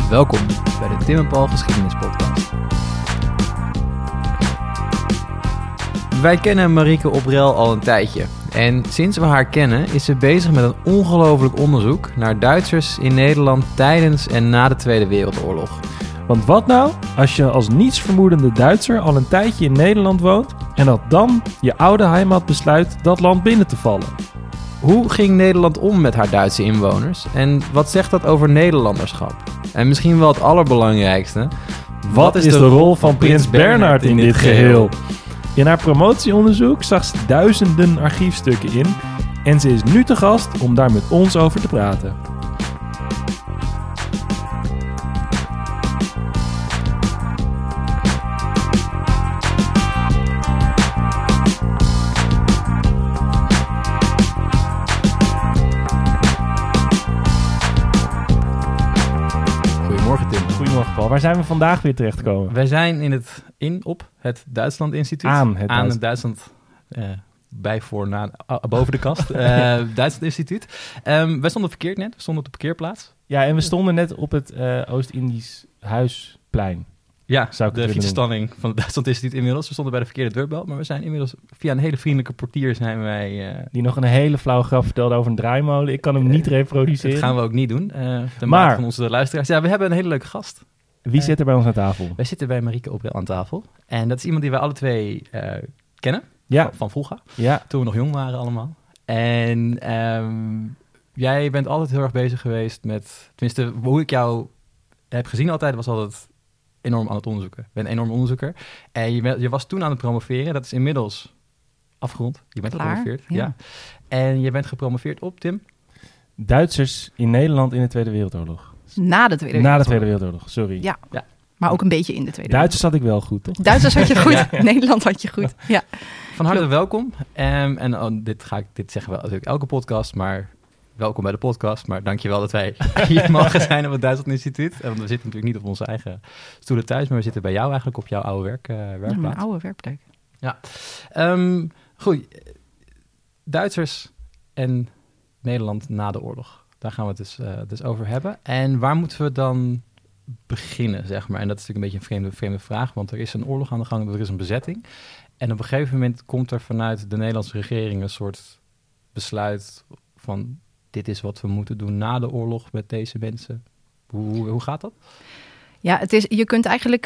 Welkom bij de Tim en Paul Geschiedenispodcast. Wij kennen Marieke Obrel al een tijdje. En sinds we haar kennen is ze bezig met een ongelooflijk onderzoek naar Duitsers in Nederland tijdens en na de Tweede Wereldoorlog. Want wat nou als je als nietsvermoedende Duitser al een tijdje in Nederland woont en dat dan je oude heimat besluit dat land binnen te vallen? Hoe ging Nederland om met haar Duitse inwoners? En wat zegt dat over Nederlanderschap? En misschien wel het allerbelangrijkste. Wat is de rol van prins Bernhard in dit geheel? In haar promotieonderzoek zag ze duizenden archiefstukken in en ze is nu te gast om daar met ons over te praten. Goedemorgen Tim. Goedemorgen Paul, waar zijn we vandaag weer terechtgekomen? Wij zijn op het Duitsland Instituut. Aan het Duitsland boven de kast. Duitsland Instituut. Wij stonden verkeerd net. We stonden op de parkeerplaats. Ja, en we stonden net op het Oost-Indisch Huisplein. Ja, Zou ik de het willen fietsenstalling van het Duitsland Instituut inmiddels. We stonden bij de verkeerde deurbel, maar we zijn inmiddels via een hele vriendelijke portier zijn wij... Die nog een hele flauwe grap vertelde over een draaimolen. Ik kan hem niet reproduceren. Dat gaan we ook niet doen. Ten Maar- mate van onze luisteraars. Ja, we hebben een hele leuke gast. Wie zit er bij ons aan tafel? Wij zitten bij Marieke Obrel aan tafel. En dat is iemand die wij alle twee kennen. Ja, Van vroeger. ja. Toen we nog jong waren allemaal. En jij bent altijd heel erg bezig geweest met... Tenminste, hoe ik jou heb gezien altijd, was altijd enorm aan het onderzoeken. Je bent een enorm onderzoeker. En je was toen aan het promoveren. Dat is inmiddels afgerond. Je bent Klaar, gepromoveerd. ja. Ja. En je bent gepromoveerd op, Tim? Duitsers in Nederland in de Tweede Wereldoorlog. Na de Tweede Na de Wereldoorlog. Tweede Wereldoorlog, sorry. Ja. Ja. Maar ook een beetje in de Tweede Duitsers had ik wel goed, toch? Wereldoorlog. Duitsers had je goed, Nederland had je goed. Ja. Van harte Klopt. welkom. Dit zeggen we natuurlijk elke podcast, maar welkom bij de podcast. Maar dankjewel dat wij hier mogen zijn op het Duitsland Instituut. Want we zitten natuurlijk niet op onze eigen stoelen thuis, maar we zitten bij jou eigenlijk op jouw oude werkplaats. Mijn oude werkplek. Goed, Duitsers en Nederland na de oorlog. Daar gaan we het dus over hebben. En waar moeten we dan beginnen, zeg maar? En dat is natuurlijk een beetje een vreemde vraag, want er is een oorlog aan de gang, er is een bezetting. En op een gegeven moment komt er vanuit de Nederlandse regering een soort besluit van... dit is wat we moeten doen na de oorlog met deze mensen. Hoe gaat dat? Ja, je kunt eigenlijk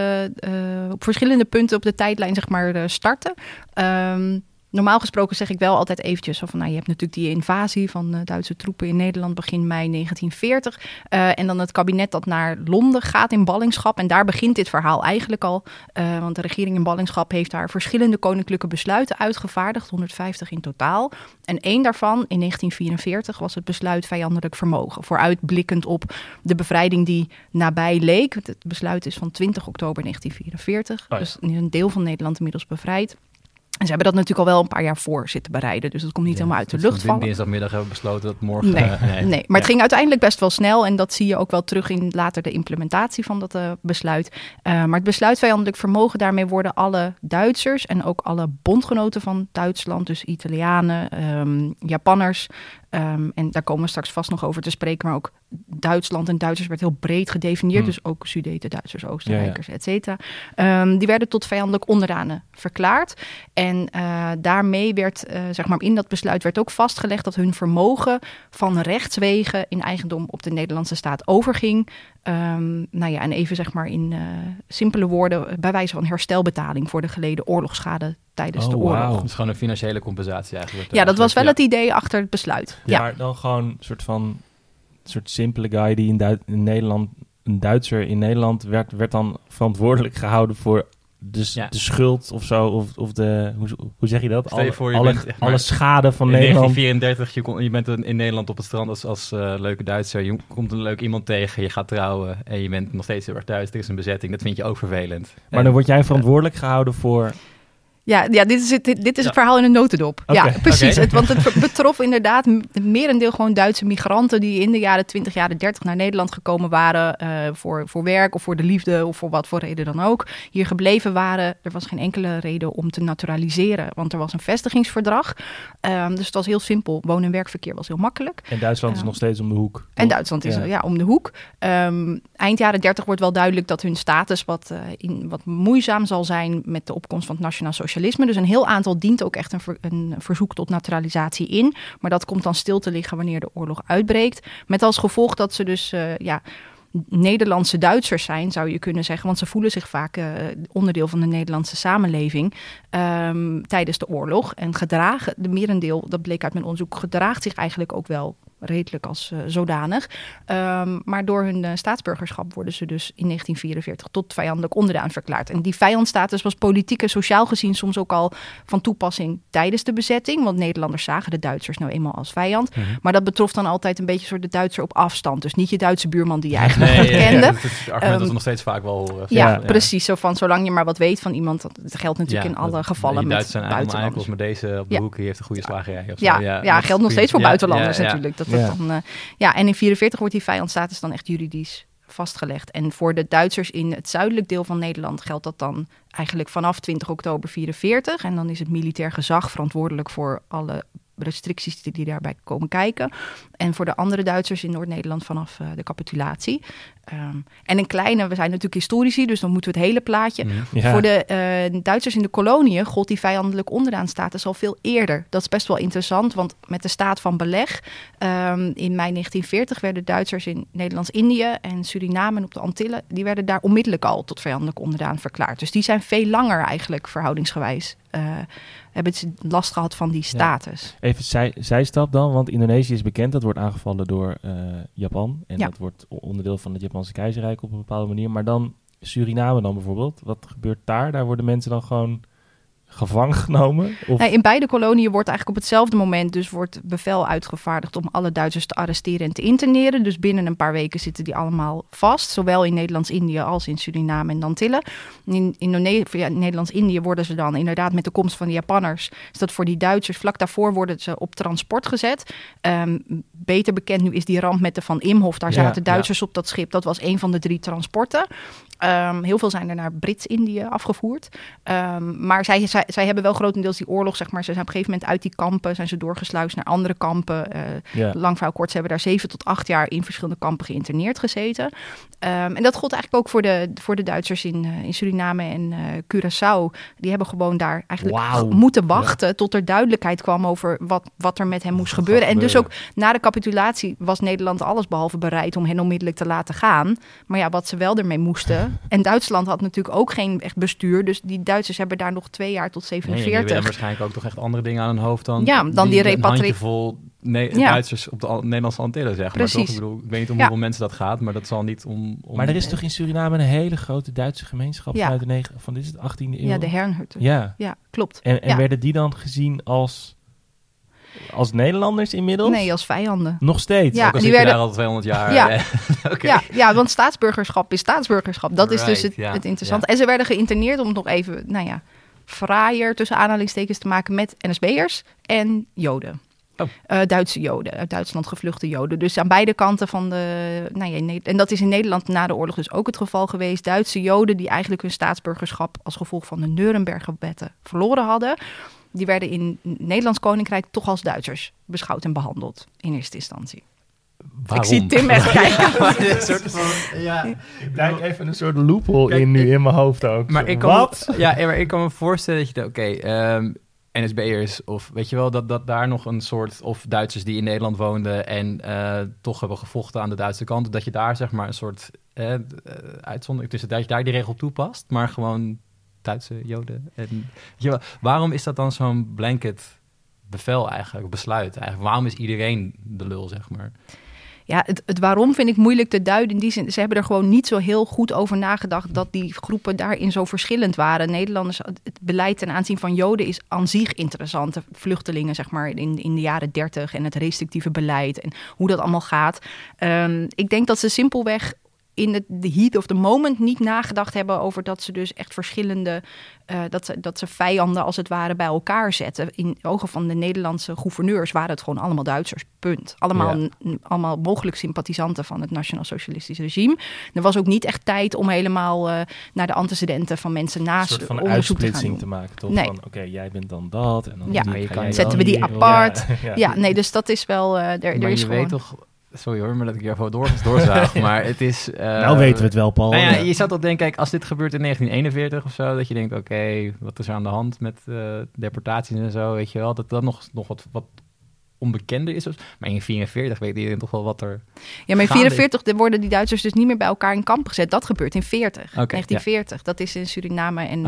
op verschillende punten op de tijdlijn zeg maar starten. Normaal gesproken zeg ik wel altijd eventjes zo van, je hebt natuurlijk die invasie van Duitse troepen in Nederland begin mei 1940. En dan het kabinet dat naar Londen gaat in ballingschap. En daar begint dit verhaal eigenlijk al. Want de regering in ballingschap heeft daar verschillende koninklijke besluiten uitgevaardigd. 150 in totaal. En één daarvan in 1944 was het besluit vijandelijk vermogen. Vooruitblikkend op de bevrijding die nabij leek. Het besluit is van 20 oktober 1944. ja. Dus een deel van Nederland inmiddels bevrijd. En ze hebben dat natuurlijk al wel een paar jaar voor zitten bereiden. Dus dat komt niet helemaal uit de lucht vallen. Dinsdagmiddag hebben we besloten dat morgen... Nee. Maar het ging uiteindelijk best wel snel. En dat zie je ook wel terug in later de implementatie van dat besluit. Maar het besluit vijandelijk vermogen, daarmee worden alle Duitsers... en ook alle bondgenoten van Duitsland, dus Italianen, Japanners... en daar komen we straks vast nog over te spreken. Maar ook Duitsland en Duitsers werd heel breed gedefinieerd. Dus ook Sudeten, Duitsers, Oostenrijkers, et cetera. Die werden tot vijandelijk onderdanen verklaard. En daarmee werd, zeg maar in dat besluit werd ook vastgelegd... dat hun vermogen van rechtswegen in eigendom op de Nederlandse staat overging. En even zeg maar in simpele woorden... bij wijze van herstelbetaling voor de geleden oorlogsschade tijdens de oorlog. wauw. Het is gewoon een financiële compensatie eigenlijk. Ja, dat was wel het idee achter het besluit. Ja, maar dan gewoon een soort simpele guy die in Nederland, een Duitser in Nederland, werd dan verantwoordelijk gehouden voor de schuld of zo, of de, hoe zeg je dat? Stel je voor, Alle schade van in Nederland. 1934, je bent in Nederland op het strand als leuke Duitser. Je komt een leuk iemand tegen, je gaat trouwen en je bent nog steeds heel erg thuis. Er is een bezetting, dat vind je ook vervelend. Maar dan word jij verantwoordelijk gehouden voor... Ja, dit is het verhaal in een notendop. Okay, ja, precies. Okay. Want het betrof inderdaad het merendeel gewoon Duitse migranten die in de jaren 20, jaren 30 naar Nederland gekomen waren voor werk of voor de liefde of voor wat voor reden dan ook. Hier gebleven waren. Er was geen enkele reden om te naturaliseren, want er was een vestigingsverdrag. Dus het was heel simpel. Woon- en werkverkeer was heel makkelijk. En Duitsland is nog steeds om de hoek. Toch? En Duitsland is om de hoek. Eind jaren 30 wordt wel duidelijk dat hun status wat moeizaam zal zijn met de opkomst van het nationaal socialisme. Dus een heel aantal dient ook echt een verzoek tot naturalisatie in. Maar dat komt dan stil te liggen wanneer de oorlog uitbreekt. Met als gevolg dat ze dus Nederlandse Duitsers zijn, zou je kunnen zeggen. Want ze voelen zich vaak onderdeel van de Nederlandse samenleving tijdens de oorlog. En de merendeel, dat bleek uit mijn onderzoek, gedraagt zich eigenlijk ook wel redelijk als zodanig. Maar door hun staatsburgerschap worden ze dus in 1944 tot vijandelijk onderdaan verklaard. En die vijandstatus was politiek en sociaal gezien soms ook al van toepassing tijdens de bezetting. Want Nederlanders zagen de Duitsers nou eenmaal als vijand. Mm-hmm. Maar dat betrof dan altijd een beetje soort de Duitser op afstand. Dus niet je Duitse buurman die je eigenlijk kende. Ja, dat is het argument dat we nog steeds vaak wel horen. Ja, precies. Zo van, zolang je maar wat weet van iemand. Dat geldt natuurlijk in alle gevallen die met Duitsers zijn buitenlanders. Maar deze op de hoek, die heeft een goede slagerij. Of zo. Ja, geldt nog steeds voor buitenlanders natuurlijk. Dat dan, en in 1944 wordt die vijandstatus dan echt juridisch vastgelegd. En voor de Duitsers in het zuidelijk deel van Nederland geldt dat dan eigenlijk vanaf 20 oktober 1944. En dan is het militair gezag verantwoordelijk voor alle restricties die daarbij komen kijken. En voor de andere Duitsers in Noord-Nederland vanaf de capitulatie. En een kleine, we zijn natuurlijk historici, dus dan moeten we het hele plaatje. Ja. Voor de Duitsers in de koloniën gold die vijandelijk onderdaanstatus al veel eerder. Dat is best wel interessant, want met de staat van beleg in mei 1940 werden Duitsers in Nederlands-Indië en Suriname en op de Antillen, die werden daar onmiddellijk al tot vijandelijk onderdaan verklaard. Dus die zijn veel langer eigenlijk verhoudingsgewijs hebben ze last gehad van die status. Ja. Even zijstap dan, want Indonesië is bekend. Dat wordt aangevallen door Japan. En dat wordt onderdeel van het Japanse keizerrijk op een bepaalde manier. Maar dan Suriname dan bijvoorbeeld. Wat gebeurt daar? Daar worden mensen dan gewoon gevangen genomen? Of? In beide koloniën wordt eigenlijk op hetzelfde moment dus wordt bevel uitgevaardigd om alle Duitsers te arresteren en te interneren. Dus binnen een paar weken zitten die allemaal vast. Zowel in Nederlands-Indië als in Suriname en de Antillen. In Nederlands-Indië worden ze dan inderdaad met de komst van de Japanners. Is dat voor die Duitsers, vlak daarvoor worden ze op transport gezet. Beter bekend nu is die ramp met de Van Imhoff. Daar zaten Duitsers op dat schip. Dat was een van de 3 transporten. Heel veel zijn er naar Brits-Indië afgevoerd. Maar zij hebben wel grotendeels die oorlog, zeg maar. Ze zijn op een gegeven moment uit die kampen, zijn ze doorgesluisd naar andere kampen. Lang verhaal kort, ze hebben daar 7 tot 8 jaar in verschillende kampen geïnterneerd gezeten. En dat gold eigenlijk ook voor de Duitsers in Suriname en Curaçao. Die hebben gewoon daar eigenlijk moeten wachten tot er duidelijkheid kwam over wat er met hen moest gebeuren. En dus ook na de capitulatie was Nederland allesbehalve bereid om hen onmiddellijk te laten gaan. Maar ja, wat ze wel ermee moesten. En Duitsland had natuurlijk ook geen echt bestuur. Dus die Duitsers hebben daar nog 2 jaar tot 47. Die hebben waarschijnlijk ook toch echt andere dingen aan hun hoofd dan die repatriëring. Handjevol Duitsers op de Nederlandse Antillen, zeg maar. Toch? Ik bedoel, ik weet niet om hoeveel mensen dat gaat, maar dat zal niet om... Maar er is toch in Suriname een hele grote Duitse gemeenschap vanuit dit is het 18e eeuw? Ja, de Herrnhutten. Ja, klopt. En werden die dan gezien als Nederlanders inmiddels? Nee, als vijanden. Nog steeds? Ja, die werden daar al 200 jaar. Ja, want staatsburgerschap is staatsburgerschap. Dat is dus het interessante. Ja. En ze werden geïnterneerd om het nog even, fraaier tussen aanhalingstekens te maken met NSB'ers en Joden. Duitse Joden, uit Duitsland gevluchte Joden. Dus aan beide kanten van en dat is in Nederland na de oorlog dus ook het geval geweest. Duitse Joden die eigenlijk hun staatsburgerschap als gevolg van de Nuremberger-wetten verloren hadden. Die werden in het Nederlands Koninkrijk toch als Duitsers beschouwd en behandeld in eerste instantie. Waarom? Ik zie Tim echt kijken. Ik duik even een soort loophole in nu in mijn hoofd ook. Maar ik kan me voorstellen dat je NSB'ers of weet je wel, dat daar nog een soort, of Duitsers die in Nederland woonden en toch hebben gevochten aan de Duitse kant, dat je daar zeg maar een soort uitzondering, dus dat je daar die regel toepast, maar gewoon Duitse Joden. En, waarom is dat dan zo'n blanket bevel eigenlijk, besluit eigenlijk? Waarom is iedereen de lul, zeg maar? Ja, het waarom vind ik moeilijk te duiden. In die zin, ze hebben er gewoon niet zo heel goed over nagedacht dat die groepen daarin zo verschillend waren. Nederlanders, het beleid ten aanzien van Joden is aan zich interessant. De vluchtelingen, zeg maar, in de jaren 30 en het restrictieve beleid en hoe dat allemaal gaat. Ik denk dat ze simpelweg in de heat of the moment niet nagedacht hebben over dat ze dus echt verschillende, dat ze vijanden als het ware bij elkaar zetten. In ogen van de Nederlandse gouverneurs waren het gewoon allemaal Duitsers, punt. Allemaal mogelijk sympathisanten van het Nationaal Socialistisch regime. Er was ook niet echt tijd om helemaal naar de antecedenten van mensen naast een soort van onderzoek uitsplitsing te gaan doen. te maken, toch? Nee. Van, oké, jij bent dan dat. En dan zetten we die apart. Ja, nee, dus dat is wel... er maar is je gewoon... weet toch... Sorry hoor, maar dat ik je even doorzaag. Maar het is... nou weten we het wel, Paul. Nou ja, je zou toch denken, kijk, als dit gebeurt in 1941 of zo, dat je denkt, oké, wat is er aan de hand met deportaties en zo, weet je wel, dat dat nog wat onbekender is. Maar in 1944 weet iedereen toch wel wat er... Ja, maar in 1944 worden die Duitsers dus niet meer bij elkaar in kamp gezet. Dat gebeurt in 1940. Dat is in Suriname. En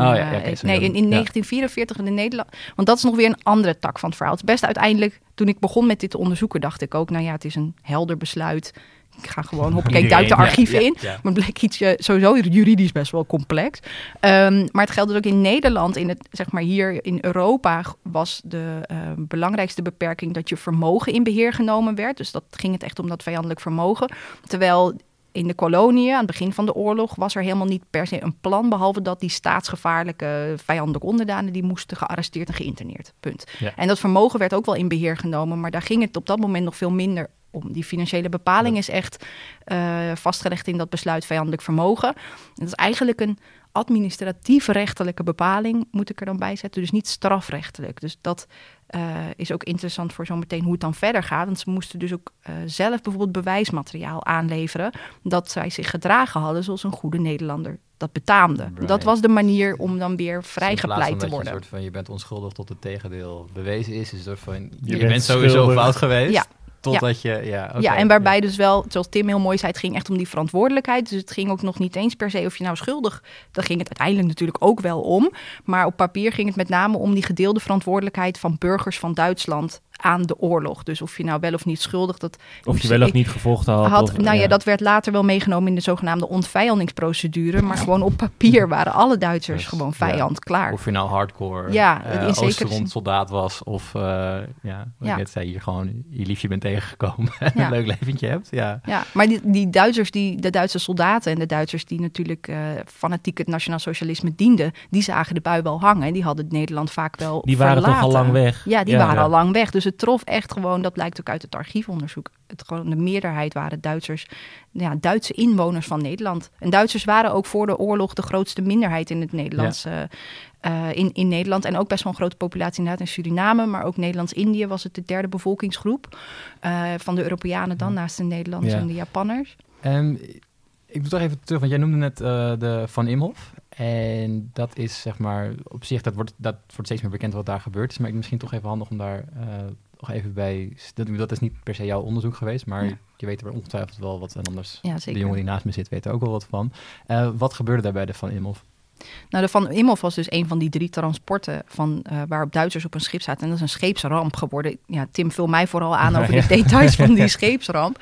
in 1944 in Nederland. Want dat is nog weer een andere tak van het verhaal. Het is best uiteindelijk, toen ik begon met dit te onderzoeken, dacht ik ook, nou ja, het is een helder besluit. Ik ga gewoon, hoppakee, duik de archieven in. Ja. Maar het bleek iets sowieso juridisch best wel complex. Maar het geldt dus ook in Nederland. Hier in Europa was de belangrijkste beperking dat je vermogen in beheer genomen werd. Dus dat ging het echt om dat vijandelijk vermogen. Terwijl in de koloniën, aan het begin van de oorlog, was er helemaal niet per se een plan, behalve dat die staatsgevaarlijke vijandelijke onderdanen, die moesten gearresteerd en geïnterneerd. Punt. Ja. En dat vermogen werd ook wel in beheer genomen, maar daar ging het op dat moment nog veel minder om. Die financiële bepaling is echt vastgelegd in dat besluit vijandelijk vermogen. Dat is eigenlijk een administratief-rechtelijke bepaling, moet ik er dan bij zetten. Dus niet strafrechtelijk. Dus dat is ook interessant voor zometeen hoe het dan verder gaat. Want ze moesten dus ook zelf bijvoorbeeld bewijsmateriaal aanleveren dat zij zich gedragen hadden zoals een goede Nederlander dat betaamde. Right. Dat was de manier om dan weer vrijgepleit te worden. Een soort van, je bent onschuldig tot het tegendeel bewezen is. Een soort van, je bent sowieso fout geweest. Ja. Totdat je, en waarbij dus wel, zoals Tim heel mooi zei, het ging echt om die verantwoordelijkheid. Dus het ging ook nog niet eens per se of je nou schuldig, daar ging het uiteindelijk natuurlijk ook wel om. Maar op papier ging het met name om die gedeelde verantwoordelijkheid van burgers van Duitsland aan de oorlog. Dus of je nou wel of niet schuldig... Of je wel of niet gevolgd had. Dat werd later wel meegenomen in de zogenaamde ontvijandingsprocedure. Maar gewoon op papier waren alle Duitsers gewoon vijand, klaar. Of je nou hardcore Oosterfront-soldaat was of net zei, je gewoon je liefje bent tegengekomen en een leuk leventje hebt. Ja, maar die Duitsers, de Duitse soldaten en de Duitsers die natuurlijk fanatiek het nationaal socialisme dienden, die zagen de bui wel hangen en die hadden Nederland vaak wel Die waren verlaten. toch al lang weg? Ja, die waren al lang weg. Dus het trof echt gewoon, dat blijkt ook uit het archiefonderzoek. De meerderheid waren Duitsers, Duitse inwoners van Nederland. En Duitsers waren ook voor de oorlog de grootste minderheid in het Nederlands. In Nederland. En ook best wel een grote populatie inderdaad in Suriname. Maar ook Nederlands-Indië was het de derde bevolkingsgroep. Van de Europeanen dan, naast de Nederlanders en de Japanners. Ik doe toch even terug, want jij noemde net de Van Imhoff. En dat is zeg maar, op zich, dat wordt steeds meer bekend wat daar gebeurd is. Maar misschien toch even handig om daar nog even bij... Dat is niet per se jouw onderzoek geweest, maar je weet er ongetwijfeld wel wat. En anders, de jongen die naast me zit, weet er ook wel wat van. Wat gebeurde daar bij de Van Imhoff? Nou, de Van Imhoff was dus een van die 3 transporten waarop Duitsers op een schip zaten. En dat is een scheepsramp geworden. Ja, Tim, vul mij vooral aan over de details van die scheepsramp.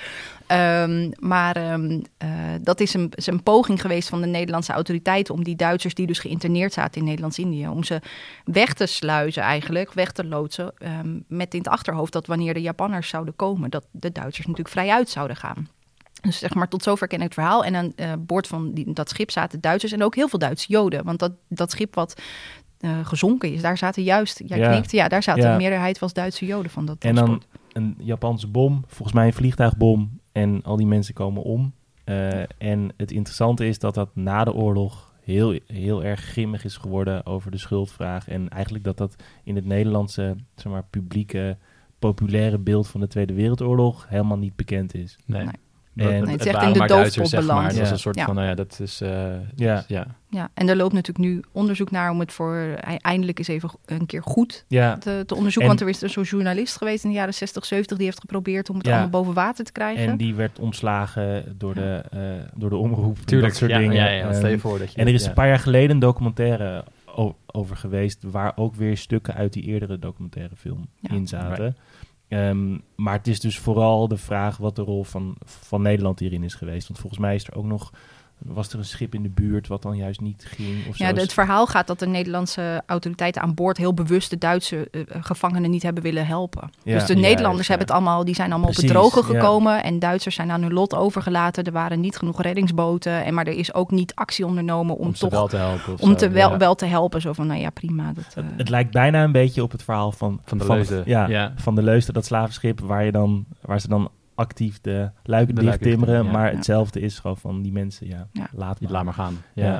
Dat is een poging geweest van de Nederlandse autoriteiten om die Duitsers die dus geïnterneerd zaten in Nederlands-Indië, om ze weg te sluizen eigenlijk, weg te loodsen, met in het achterhoofd dat wanneer de Japanners zouden komen, dat de Duitsers natuurlijk vrij uit zouden gaan. Dus zeg maar, tot zover ken ik het verhaal. En aan boord van dat schip zaten Duitsers en ook heel veel Duitse Joden. Want dat schip wat gezonken is, daar zaten juist... daar zaten de meerderheid was Duitse Joden van dat transport. En dan een Japanse bom, volgens mij een vliegtuigbom. En al die mensen komen om. En het interessante is dat na de oorlog heel, heel erg grimmig is geworden over de schuldvraag. En eigenlijk dat in het Nederlandse, zeg maar, publieke, populaire beeld van de Tweede Wereldoorlog helemaal niet bekend is. Nee. Het is echt in de doofpot beland. Het was een soort van, dat is... Ja, en er loopt natuurlijk nu onderzoek naar om het voor eindelijk eens even een keer goed te onderzoeken. Want er is zo'n journalist geweest in de jaren 60, 70... die heeft geprobeerd om het allemaal boven water te krijgen. En die werd ontslagen door de omroep. Tuurlijk, dat soort dingen. Ja, stel je voor dat je... En er is een paar jaar geleden een documentaire over geweest, waar ook weer stukken uit die eerdere documentaire film in zaten. Right. Maar het is dus vooral de vraag wat de rol van Nederland hierin is geweest. Want volgens mij is er ook nog was er een schip in de buurt wat dan juist niet ging? Of zo? Het verhaal gaat dat de Nederlandse autoriteiten aan boord heel bewust de Duitse gevangenen niet hebben willen helpen. Ja, dus de Nederlanders hebben het allemaal, die zijn allemaal Precies, op het droge gekomen en Duitsers zijn aan hun lot overgelaten. Er waren niet genoeg reddingsboten, maar er is ook niet actie ondernomen om toch wel te helpen. Wel te helpen. Zo van, nou ja, prima. Het lijkt bijna een beetje op het verhaal van de Leusden. Van de Leusden, dat slavenschip waar ze dan actief de luiken dicht timmeren, maar hetzelfde is gewoon van die mensen, laat maar gaan. Ja.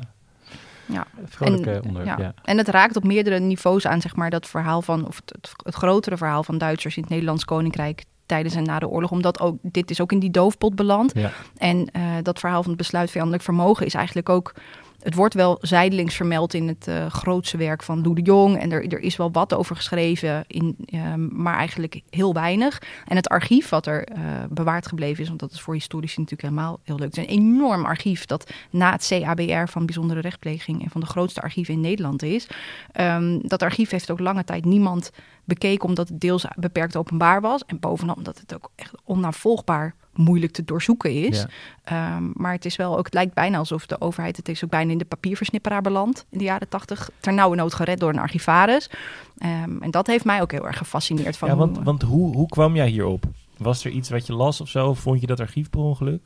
Vrolijke onderwerp, En het raakt op meerdere niveaus aan, zeg maar, dat verhaal van, of het grotere verhaal van Duitsers in het Nederlands Koninkrijk tijdens en na de oorlog, omdat ook dit is ook in die doofpot beland. Ja. En dat verhaal van het besluit vijandelijk vermogen is eigenlijk ook, het wordt wel zijdelings vermeld in het grootste werk van Lou de Jong. En er is wel wat over geschreven, maar eigenlijk heel weinig. En het archief wat er bewaard gebleven is, want dat is voor historici natuurlijk helemaal heel leuk. Het is een enorm archief dat na het CABR van bijzondere rechtpleging en van de grootste archieven in Nederland is. Dat archief heeft ook lange tijd niemand bekeken, omdat het deels beperkt openbaar was. En bovenal omdat het ook echt onnavolgbaar moeilijk te doorzoeken is. Ja. Maar het is wel ook, het lijkt bijna alsof de overheid, het is ook bijna in de papierversnipperaar beland in de jaren 80, ternauwernood gered door een archivaris. En dat heeft mij ook heel erg gefascineerd. Want hoe kwam jij hierop? Was er iets wat je las of zo? Of vond je dat archief per ongeluk?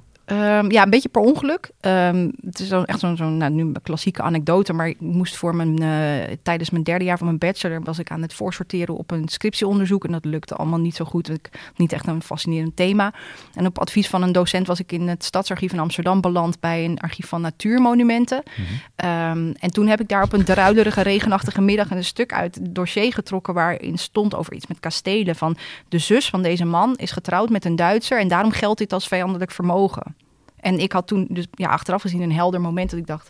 Een beetje per ongeluk. Het is echt zo'n nu een klassieke anekdote, maar ik moest tijdens mijn derde jaar van mijn bachelor was ik aan het voorsorteren op een scriptieonderzoek en dat lukte allemaal niet zo goed. Niet echt een fascinerend thema. En op advies van een docent was ik in het Stadsarchief in Amsterdam beland bij een archief van natuurmonumenten. Mm-hmm. En toen heb ik daar op een druilerige, regenachtige middag een stuk uit het dossier getrokken waarin stond over iets met kastelen. Van de zus van deze man is getrouwd met een Duitser en daarom geldt dit als vijandelijk vermogen. En ik had toen dus achteraf gezien een helder moment dat ik dacht,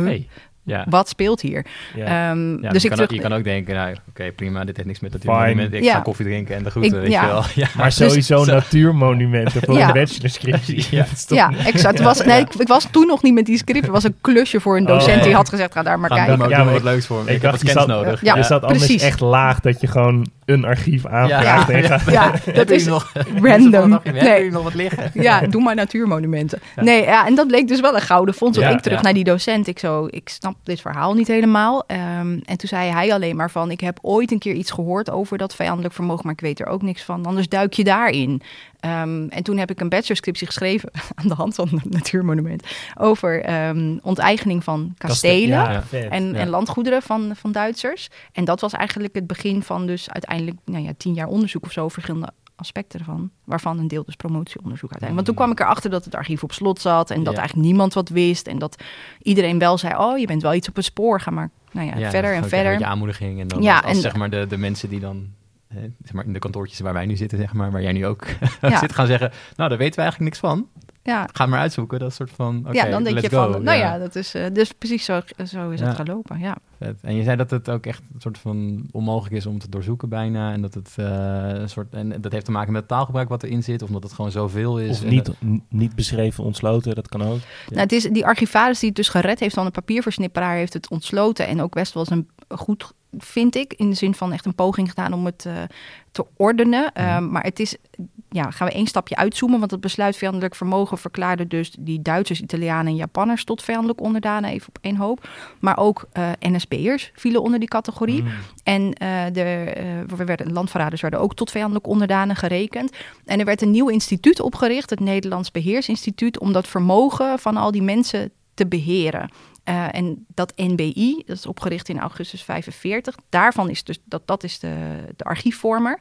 wat speelt hier? Ja. Dus je kan ook denken, oké, prima, dit heeft niks met natuurmonumenten. Ik ga koffie drinken en de groeten, weet je wel. Ja. Maar sowieso natuurmonumenten voor een bachelorscriptie. Exact. Ik was toen nog niet met die script. Er was een klusje voor een docent die had gezegd, ga daar maar kijken. Maar wat leuks voor me. Ik heb wat kennis nodig. Je zat anders echt laag dat je gewoon een archief aanvraagt. Dat is nog random. Heb je nog wat liggen? Ja, doe maar natuurmonumenten. Ja. Nee, en dat bleek dus wel een gouden fonds. Ik terug naar die docent. Ik snap dit verhaal niet helemaal. En toen zei hij alleen maar van, ik heb ooit een keer iets gehoord over dat vijandelijk vermogen, maar ik weet er ook niks van. Anders duik je daarin. En toen heb ik een bachelorscriptie geschreven aan de hand van een natuurmonument over onteigening van kastelen en landgoederen van Duitsers. En dat was eigenlijk het begin van dus uiteindelijk 10 jaar onderzoek of zo, verschillende aspecten ervan, waarvan een deel dus promotieonderzoek uiteindelijk. Want toen kwam ik erachter dat het archief op slot zat en dat eigenlijk niemand wat wist en dat iedereen wel zei, je bent wel iets op het spoor, ga maar verder en verder. Je aanmoediging en dan als zeg maar de mensen die dan zeg maar in de kantoortjes waar wij nu zitten, zeg maar, waar jij nu ook zit, gaan zeggen, nou, daar weten we eigenlijk niks van. Ja. Ga maar uitzoeken, dat soort van, dan denk je go. Van, dat is dus precies zo is het gelopen, ja. Vet. En je zei dat het ook echt een soort van onmogelijk is om te doorzoeken bijna, en dat het en dat heeft te maken met het taalgebruik wat erin zit, of omdat het gewoon zoveel is. Of niet beschreven ontsloten, dat kan ook. Ja. Nou, het is die archivaris die het dus gered heeft van een papierversnipperaar, heeft het ontsloten en ook best wel eens een goed, vind ik, in de zin van echt een poging gedaan om het te ordenen. Maar het is, gaan we 1 stapje uitzoomen, want het besluit vijandelijk vermogen verklaarde dus die Duitsers, Italianen en Japanners tot vijandelijk onderdanen, even op 1 hoop. Maar ook NSB'ers vielen onder die categorie. En landverraders werden ook tot vijandelijk onderdanen gerekend. En er werd een nieuw instituut opgericht, het Nederlands Beheersinstituut, om dat vermogen van al die mensen te beheren. En dat NBI, dat is opgericht in augustus 1945. Daarvan is dus dat is de archiefvormer.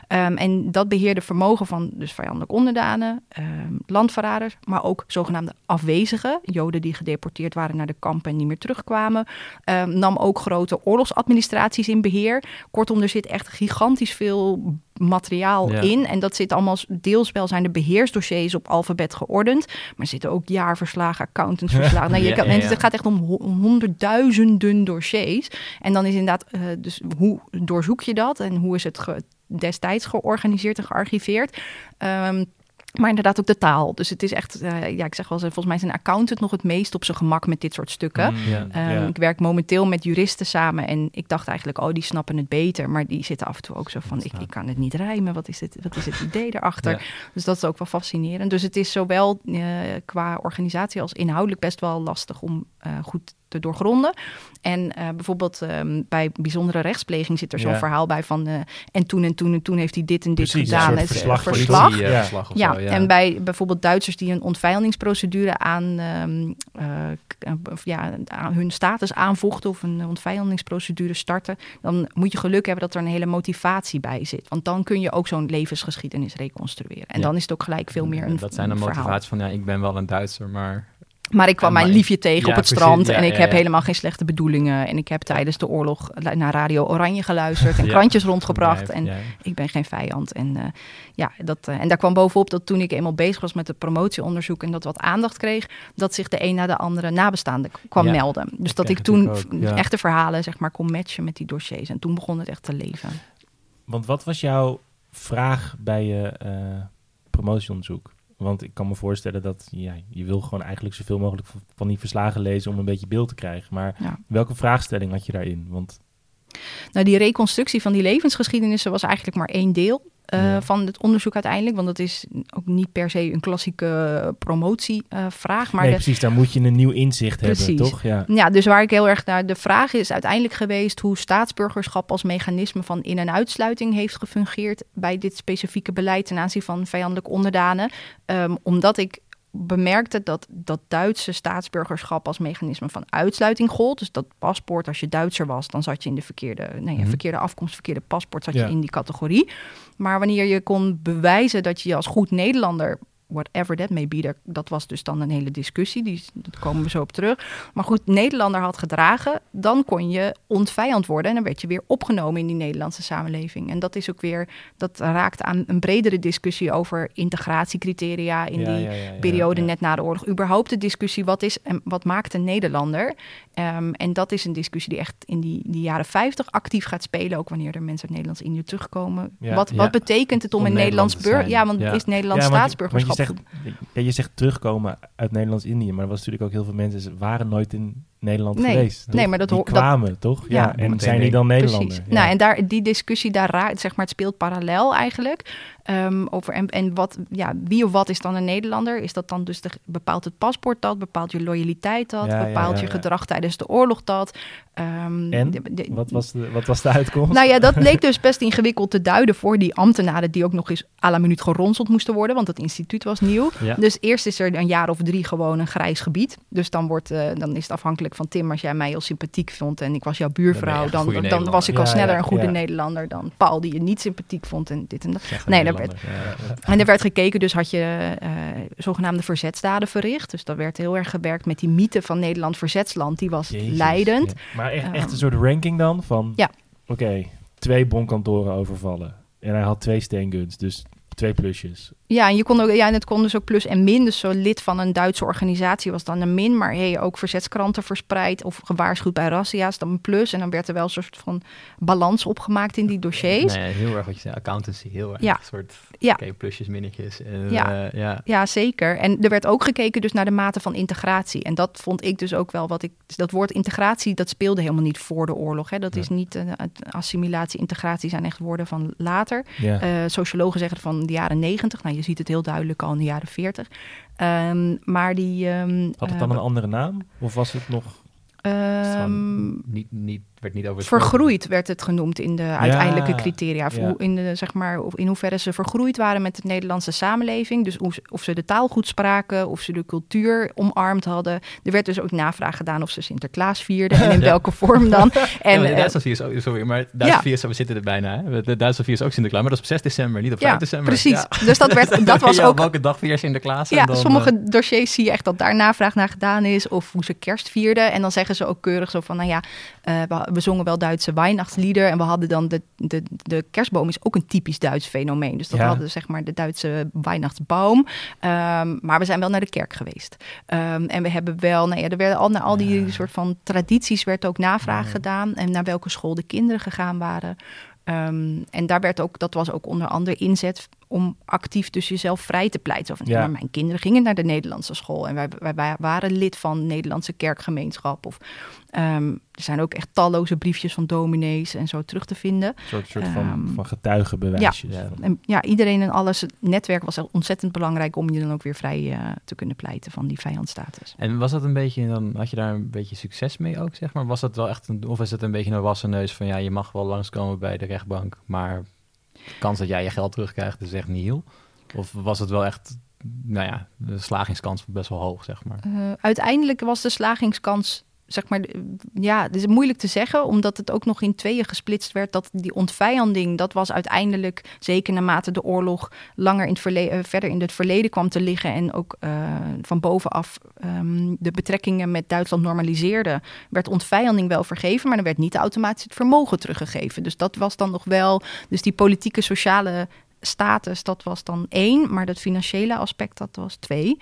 En dat beheerde vermogen van dus vijandelijk onderdanen, landverraders, maar ook zogenaamde afwezigen, Joden die gedeporteerd waren naar de kampen en niet meer terugkwamen. Nam ook grote oorlogsadministraties in beheer. Kortom, er zit echt gigantisch veel materiaal in. En dat zit allemaal deels wel, zijn de beheersdossiers op alfabet geordend. Maar er zitten ook jaarverslagen, accountantsverslagen. Het gaat echt om honderdduizenden dossiers. En dan is inderdaad, dus hoe doorzoek je dat? En hoe is het destijds georganiseerd en gearchiveerd? Maar inderdaad ook de taal. Dus het is echt, ik zeg wel eens, volgens mij is een accountant nog het meest op zijn gemak met dit soort stukken. Ik werk momenteel met juristen samen en ik dacht eigenlijk, die snappen het beter. Maar die zitten af en toe ook zo van, ik kan het niet rijmen. Wat is het idee erachter? Ja. Dus dat is ook wel fascinerend. Dus het is zowel qua organisatie als inhoudelijk best wel lastig om goed te doorgronden. En bijvoorbeeld bij bijzondere rechtspleging zit er zo'n verhaal bij van en toen heeft hij dit en dit gedaan. Een soort verslag. En bij bijvoorbeeld Duitsers die een ontvijandelingsprocedure aan hun status aanvochten of een ontvijandelingsprocedure starten, dan moet je geluk hebben dat er een hele motivatie bij zit. Want dan kun je ook zo'n levensgeschiedenis reconstrueren. En dan is het ook gelijk veel meer een dat zijn een motivatie van, ik ben wel een Duitser, maar ik kwam mijn liefje tegen op het strand en ik heb helemaal geen slechte bedoelingen. En ik heb tijdens de oorlog naar Radio Oranje geluisterd en krantjes rondgebracht. En ik ben geen vijand. En daar kwam bovenop dat toen ik eenmaal bezig was met het promotieonderzoek en dat wat aandacht kreeg, dat zich de een na de andere nabestaande kwam melden. Dus dat ik toen echte verhalen kon matchen met die dossiers. En toen begon het echt te leven. Want wat was jouw vraag bij je promotieonderzoek? Want ik kan me voorstellen dat je wil gewoon eigenlijk zoveel mogelijk van die verslagen lezen om een beetje beeld te krijgen. Maar welke vraagstelling had je daarin? Nou, die reconstructie van die levensgeschiedenissen was eigenlijk maar één deel van het onderzoek uiteindelijk. Want dat is ook niet per se een klassieke promotievraag. Maar precies, daar moet je een nieuw inzicht hebben, toch? Ja, dus waar ik heel erg naar de vraag is uiteindelijk geweest hoe staatsburgerschap als mechanisme van in- en uitsluiting heeft gefungeerd bij dit specifieke beleid ten aanzien van vijandelijke onderdanen. Omdat ik bemerkte dat Duitse staatsburgerschap als mechanisme van uitsluiting gold. Dus dat paspoort, als je Duitser was, dan zat je in de verkeerde afkomst, verkeerde paspoort, zat je in die categorie. Maar wanneer je kon bewijzen dat je als goed Nederlander, whatever that may be, dat was dus dan een hele discussie, daar komen we zo op terug. Maar goed, Nederlander had gedragen, dan kon je ontvijand worden en dan werd je weer opgenomen in die Nederlandse samenleving. En dat is ook weer, dat raakt aan een bredere discussie over integratiecriteria in die periode net na de oorlog. Überhaupt de discussie, wat is en wat maakt een Nederlander? En dat is een discussie die echt in die jaren 50 actief gaat spelen, ook wanneer er mensen uit Nederlands-Indië terugkomen. Wat betekent het om een Nederlands burger? Ja, want is Nederlands staatsburgerschap? Je zegt terugkomen uit Nederlands-Indië, maar er was natuurlijk ook heel veel mensen waren nooit in Nederland geweest. Toch? Nee, maar die kwamen, toch? Ja, en zijn die dan Nederlander? Ja. Nou, en die discussie, het speelt parallel eigenlijk. Over wie of wat is dan een Nederlander? Is dat dan dus bepaalt het paspoort dat? Bepaalt je loyaliteit dat? Bepaalt je gedrag tijdens de oorlog dat? Wat was de uitkomst? Nou ja, dat leek dus best ingewikkeld te duiden voor die ambtenaren die ook nog eens à la minuut geronseld moesten worden, want het instituut was nieuw. Ja. Dus eerst is er een jaar of 3 gewoon een grijs gebied. Dus dan is het afhankelijk van Tim, als jij mij heel sympathiek vond en ik was jouw buurvrouw, dan was ik al sneller een goede Nederlander dan Paul die je niet sympathiek vond en dit en dat. En er werd gekeken, dus had je zogenaamde verzetsdaden verricht. Dus dat werd heel erg gewerkt met die mythe van Nederland verzetsland. Die was leidend. Ja. Maar echt een soort ranking dan van, oké, 2 bonkantoren overvallen. En hij had 2 steenguns, dus 2 plusjes. Ja, en het kon dus ook plus en min. Dus zo'n lid van een Duitse organisatie was dan een min. Maar ook verzetskranten verspreid of gewaarschuwd bij razzia's, dan een plus. En dan werd er wel een soort van balans opgemaakt in die dossiers. Nee, heel erg wat je zei, accountancy, heel erg. Een soort plusjes, minnetjes. Ja, zeker. En er werd ook gekeken dus naar de mate van integratie. En dat vond ik dus ook wel dat woord integratie, dat speelde helemaal niet voor de oorlog. Hè. Dat is niet assimilatie, integratie zijn echt woorden van later. Ja. Sociologen zeggen van de jaren 90. Nou, je ziet het heel duidelijk al in de jaren 40. Maar had het dan een andere naam? Of was het nog? Werd niet over vergroeid werd het genoemd in de uiteindelijke criteria. In hoeverre ze vergroeid waren met de Nederlandse samenleving. Dus of ze de taal goed spraken, of ze de cultuur omarmd hadden. Er werd dus ook navraag gedaan of ze Sinterklaas vierden en in welke vorm dan. En de Duitse vier is sorry, maar Duitse vier, we zitten er bijna. Hè? De Duitse vier is ook Sinterklaas, maar dat is op 6 december, niet op 5 december. Precies. Ja. Dus dat was ook. Welke dag vier Sinterklaas? Ja, dan, sommige dossiers zie je echt dat daar navraag naar gedaan is, of hoe ze kerst vierden. En dan zeggen ze ook keurig zo van, we zongen wel Duitse Weihnachtslieder en we hadden dan de kerstboom is ook een typisch Duits fenomeen. Dus dat hadden zeg maar de Duitse Weihnachtsbaum. Maar we zijn wel naar de kerk geweest. En we hebben wel, er werden naar al die soort van tradities werd ook navraag gedaan en naar welke school de kinderen gegaan waren. En daar werd ook, dat was ook onder andere inzet om actief dus jezelf vrij te pleiten. Of, maar mijn kinderen gingen naar de Nederlandse school en wij waren lid van de Nederlandse kerkgemeenschap. Of er zijn ook echt talloze briefjes van dominees en zo terug te vinden. Een soort van getuigenbewijsjes. Iedereen en alles. Het netwerk was ontzettend belangrijk om je dan ook weer vrij te kunnen pleiten van die vijandstatus. En was dat een beetje, dan had je daar een beetje succes mee ook, zeg maar? Was dat wel echt of is het een beetje een wassen neus van je mag wel langskomen bij de rechtbank, maar de kans dat jij je geld terugkrijgt is echt nihil? Of was het wel echt, de slagingskans best wel hoog, zeg maar? Uiteindelijk was de slagingskans, zeg maar, het is moeilijk te zeggen, omdat het ook nog in tweeën gesplitst werd. Dat die ontvijanding, dat was uiteindelijk, zeker naarmate de oorlog langer verder in het verleden kwam te liggen en ook van bovenaf de betrekkingen met Duitsland normaliseerde, werd ontvijanding wel vergeven, maar er werd niet automatisch het vermogen teruggegeven. Dus dat was dan nog wel, dus die politieke, sociale status, dat was dan 1, maar dat financiële aspect, dat was 2.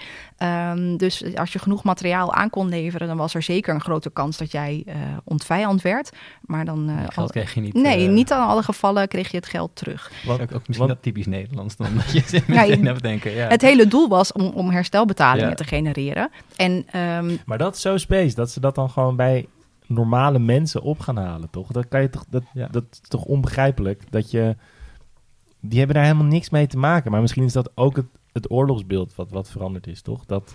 Dus als je genoeg materiaal aan kon leveren, dan was er zeker een grote kans dat jij ontvijand werd. Maar dan geld kreeg je niet. Nee, niet aan alle gevallen kreeg je het geld terug. Ook misschien dat typisch Nederlands dan. Dat je meteen hebt denken. Ja. Het hele doel was om herstelbetalingen te genereren. En, maar dat is zo space, dat ze dat dan gewoon bij normale mensen op gaan halen, toch? Dat kan je toch, dat is toch onbegrijpelijk dat je. Die hebben daar helemaal niks mee te maken. Maar misschien is dat ook het oorlogsbeeld wat veranderd is, toch? Dat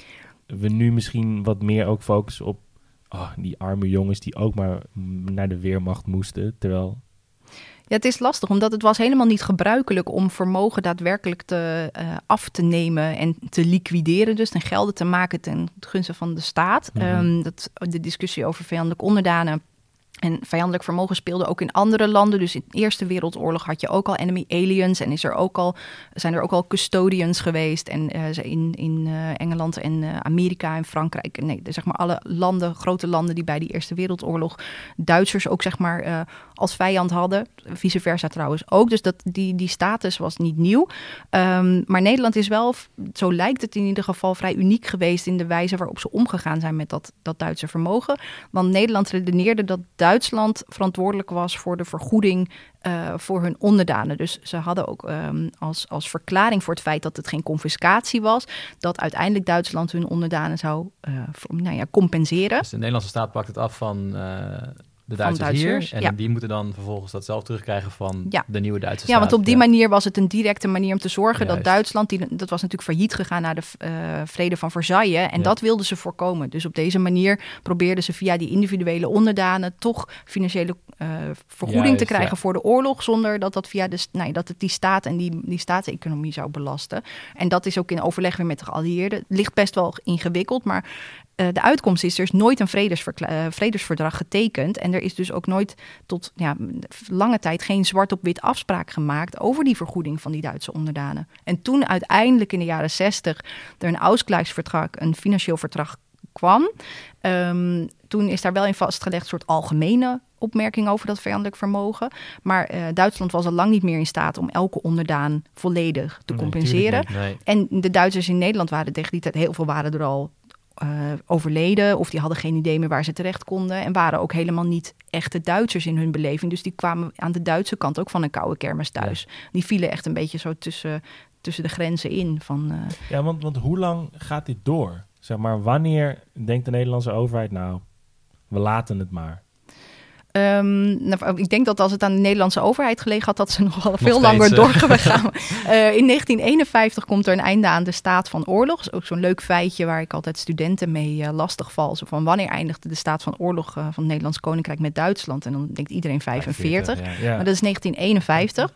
we nu misschien wat meer ook focussen op die arme jongens die ook maar naar de Wehrmacht moesten. Terwijl. Ja, het is lastig, omdat het was helemaal niet gebruikelijk om vermogen daadwerkelijk af te nemen en te liquideren. Dus ten gelde te maken ten gunste van de staat. Mm-hmm. De discussie over vijandelijke onderdanen en vijandelijk vermogen speelde ook in andere landen. Dus in de Eerste Wereldoorlog had je ook al enemy aliens en zijn er ook al custodians geweest. En in Engeland en Amerika en Frankrijk. Nee, zeg maar alle landen, grote landen die bij die Eerste Wereldoorlog Duitsers ook zeg maar als vijand hadden. Vice versa trouwens ook. Dus die status was niet nieuw. Maar Nederland is wel, zo lijkt het in ieder geval, vrij uniek geweest in de wijze waarop ze omgegaan zijn met dat Duitse vermogen. Want Nederland redeneerde dat Duitsland verantwoordelijk was voor de vergoeding voor hun onderdanen. Dus ze hadden ook als verklaring voor het feit dat het geen confiscatie was, dat uiteindelijk Duitsland hun onderdanen zou compenseren. Dus de Nederlandse staat pakt het af van de Duitsers hier. En die moeten dan vervolgens dat zelf terugkrijgen van de nieuwe Duitse staat. Ja, want op die manier was het een directe manier om te zorgen dat Duitsland, dat was natuurlijk failliet gegaan na de vrede van Versailles. En dat wilden ze voorkomen. Dus op deze manier probeerden ze via die individuele onderdanen toch financiële vergoeding te krijgen voor de oorlog, zonder dat via dat het die staat en die staatseconomie zou belasten. En dat is ook in overleg weer met de geallieerden. Het ligt best wel ingewikkeld, maar de uitkomst is, er is nooit een vredesverdrag getekend. En er is dus ook nooit tot lange tijd geen zwart op wit afspraak gemaakt over die vergoeding van die Duitse onderdanen. En toen uiteindelijk in de jaren 60 er een Ausgleichsvertrag, een financieel verdrag kwam. Toen is daar wel in vastgelegd een soort algemene opmerking over dat vijandelijk vermogen. Maar Duitsland was al lang niet meer in staat om elke onderdaan volledig te compenseren. Nee. En de Duitsers in Nederland waren tegen die tijd, heel veel waren er al overleden, of die hadden geen idee meer waar ze terecht konden en waren ook helemaal niet echte Duitsers in hun beleving. Dus die kwamen aan de Duitse kant ook van een koude kermis thuis. Ja. Die vielen echt een beetje zo tussen de grenzen in. Ja, want hoe lang gaat dit door? Zeg maar, wanneer denkt de Nederlandse overheid, we laten het maar? Ik denk dat als het aan de Nederlandse overheid gelegen had, dat ze nog wel veel langer doorgegaan. In 1951 komt er een einde aan de staat van oorlog. Dat is ook zo'n leuk feitje waar ik altijd studenten mee lastig val. Zo van wanneer eindigde de staat van oorlog van het Nederlands Koninkrijk met Duitsland? En dan denkt iedereen 45. Ja. Maar dat is 1951.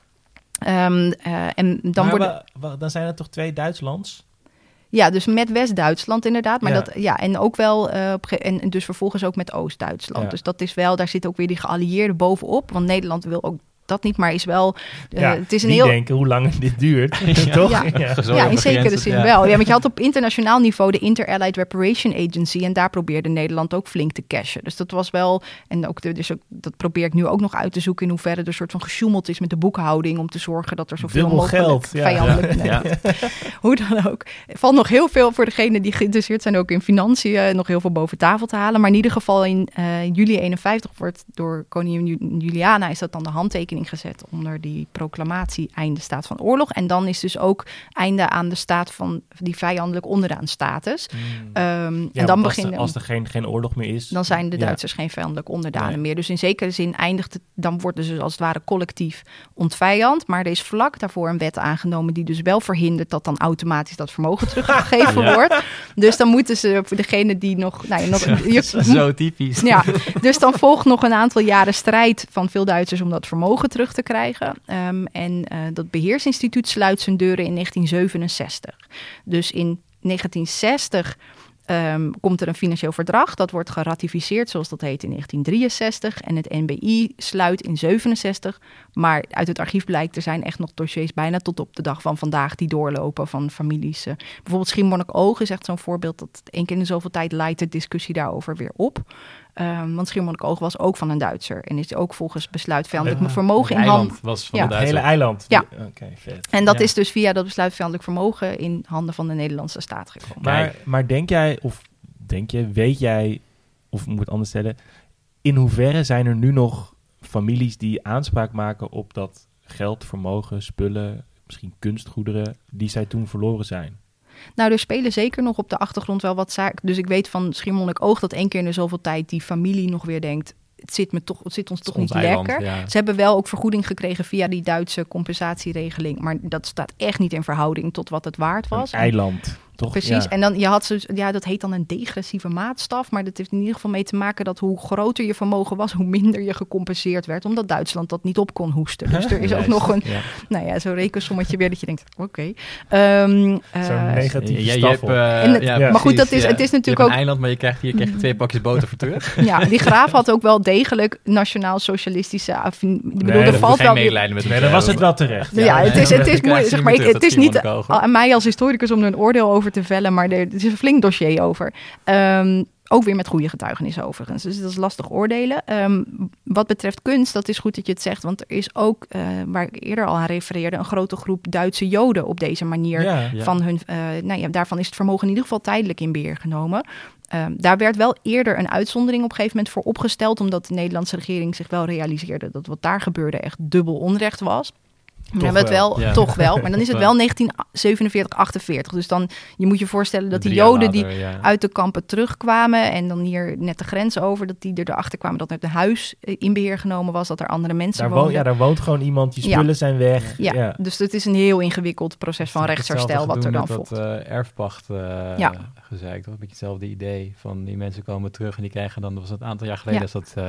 Dan zijn er toch 2 Duitslands? Ja, dus met West-Duitsland inderdaad. Maar en ook wel, en dus vervolgens ook met Oost-Duitsland. Ja. Dus dat is wel, daar zit ook weer die geallieerden bovenop. Want Nederland wil ook dat niet, maar is wel. Het is een die denken hoe lang dit duurt, toch? Ja, in zekere zin wel. Ja, want je had op internationaal niveau de Inter-Allied Reparation Agency en daar probeerde Nederland ook flink te cashen. Dus dat was wel, en ook dat probeer ik nu ook nog uit te zoeken in hoeverre er een soort van gesjoemeld is met de boekhouding om te zorgen dat er zoveel mogelijk vijandelijk. Hoe dan ook. Er valt nog heel veel voor degenen die geïnteresseerd zijn ook in financiën, nog heel veel boven tafel te halen. Maar in ieder geval in juli 51 wordt door koningin Juliana is dat dan de handtekening regeling gezet onder die proclamatie einde staat van oorlog. En dan is dus ook einde aan de staat van die vijandelijk onderdaan status. En dan als er geen oorlog meer is, dan zijn de Duitsers geen vijandelijk onderdanen meer. Dus in zekere zin eindigt het, dan worden ze als het ware collectief ontvijand. Maar er is vlak daarvoor een wet aangenomen die dus wel verhindert dat dan automatisch dat vermogen teruggegeven wordt. Dus dan moeten ze voor degene die nog... Zo typisch. Ja, dus dan volgt nog een aantal jaren strijd van veel Duitsers om dat vermogen terug te krijgen. Dat beheersinstituut sluit zijn deuren in 1967. Dus in 1960 komt er een financieel verdrag. Dat wordt geratificeerd, zoals dat heet, in 1963. En het NBI sluit in 67. Maar uit het archief blijkt, er zijn echt nog dossiers bijna tot op de dag van vandaag die doorlopen van families. Bijvoorbeeld Schiermonnikoog is echt zo'n voorbeeld dat 1 keer in de zoveel tijd leidt de discussie daarover weer op. Want Schiermonnikoog was ook van een Duitser. En is ook volgens besluit vijandelijk vermogen in handen. Was van de Duitser. Het hele eiland. Ja. Okay, vet. En dat is dus via dat besluit vijandelijk vermogen in handen van de Nederlandse staat gekomen. Maar weet jij, of moet ik het anders stellen, in hoeverre zijn er nu nog families die aanspraak maken op dat geld, vermogen, spullen, misschien kunstgoederen, die zij toen verloren zijn? Nou, er spelen zeker nog op de achtergrond wel wat zaken. Dus ik weet van Schiermonnikoog dat 1 keer in de zoveel tijd die familie nog weer denkt, het zit ons toch niet eiland, lekker. Ja. Ze hebben wel ook vergoeding gekregen via die Duitse compensatieregeling. Maar dat staat echt niet in verhouding tot wat het waard was. Een eiland, toch? Precies. Ja. En dan dat heet dan een degressieve maatstaf. Maar dat heeft in ieder geval mee te maken dat hoe groter je vermogen was, hoe minder je gecompenseerd werd. Omdat Duitsland dat niet op kon hoesten. Dus er is ook nog een, zo'n rekensommetje weer dat je denkt, oké. Zo'n negatieve staf. Maar goed, het is natuurlijk je hebt ook een eiland, maar je krijgt 2 pakjes boter voor terug. Ja, die graaf had ook wel degelijk nationaal-socialistische... er valt wel medelijden met dan was het wel terecht. Het is moeilijk, zeg maar. Het is niet aan mij als historicus om er een oordeel over te vellen, maar er is een flink dossier over. Ook weer met goede getuigenis overigens. Dus dat is lastig oordelen. Wat betreft kunst, dat is goed dat je het zegt. Want er is ook, waar ik eerder al aan refereerde, een grote groep Duitse Joden op deze manier. Van hun, daarvan is het vermogen in ieder geval tijdelijk in beheer genomen. Daar werd wel eerder een uitzondering op een gegeven moment voor opgesteld, omdat de Nederlandse regering zich wel realiseerde dat wat daar gebeurde echt dubbel onrecht was. We hebben het wel, toch wel. Maar dan is het wel 1947, 48. Dus dan, je moet je voorstellen dat die Joden die uit de kampen terugkwamen en dan hier net de grens over, dat die erachter kwamen dat er een huis in beheer genomen was, dat er andere mensen woonden. Daar woont gewoon iemand, die spullen zijn weg. Ja, dus het is een heel ingewikkeld proces van rechtsherstel wat er dan volgt. Dat erfpacht gezeik, toch? Een beetje hetzelfde idee van die mensen komen terug en die krijgen dan, dat was een aantal jaar geleden, is dat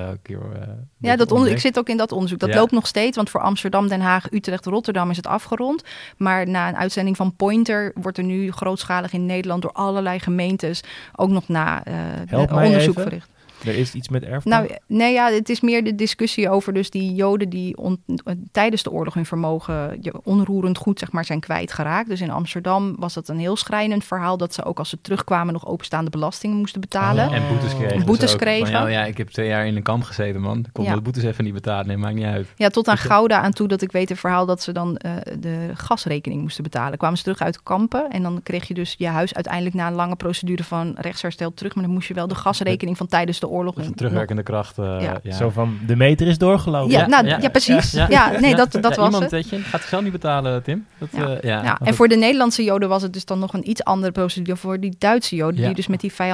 ik zit ook in dat onderzoek. Dat loopt nog steeds, want voor Amsterdam, Den Haag, Utrecht, Rotterdam is het afgerond. Maar na een uitzending van Pointer wordt er nu grootschalig in Nederland door allerlei gemeentes ook nog onderzoek verricht. Er is iets met erfpacht? Het is meer de discussie over dus die Joden die tijdens de oorlog hun vermogen onroerend goed zeg maar, zijn kwijtgeraakt. Dus in Amsterdam was dat een heel schrijnend verhaal dat ze ook als ze terugkwamen nog openstaande belastingen moesten betalen. En boetes Boetes kregen. kregen. Ik heb 2 jaar in een kamp gezeten, man. Ik kon de boetes even niet betalen. Nee, maakt niet uit. Ja, tot aan Gouda aan toe dat ik weet een verhaal dat ze dan de gasrekening moesten betalen. Kwamen ze terug uit kampen en dan kreeg je dus je huis uiteindelijk na een lange procedure van rechtsherstel terug. Maar dan moest je wel de gasrekening van tijdens de oorlog. Een terugwerkende kracht. Zo van, de meter is doorgelopen. Ja, precies. Dat was iemand, het. Weet je, gaat zichzelf niet betalen, Tim. En voor de Nederlandse Joden was het dus dan nog een iets andere procedure voor die Duitse Joden, die dus met die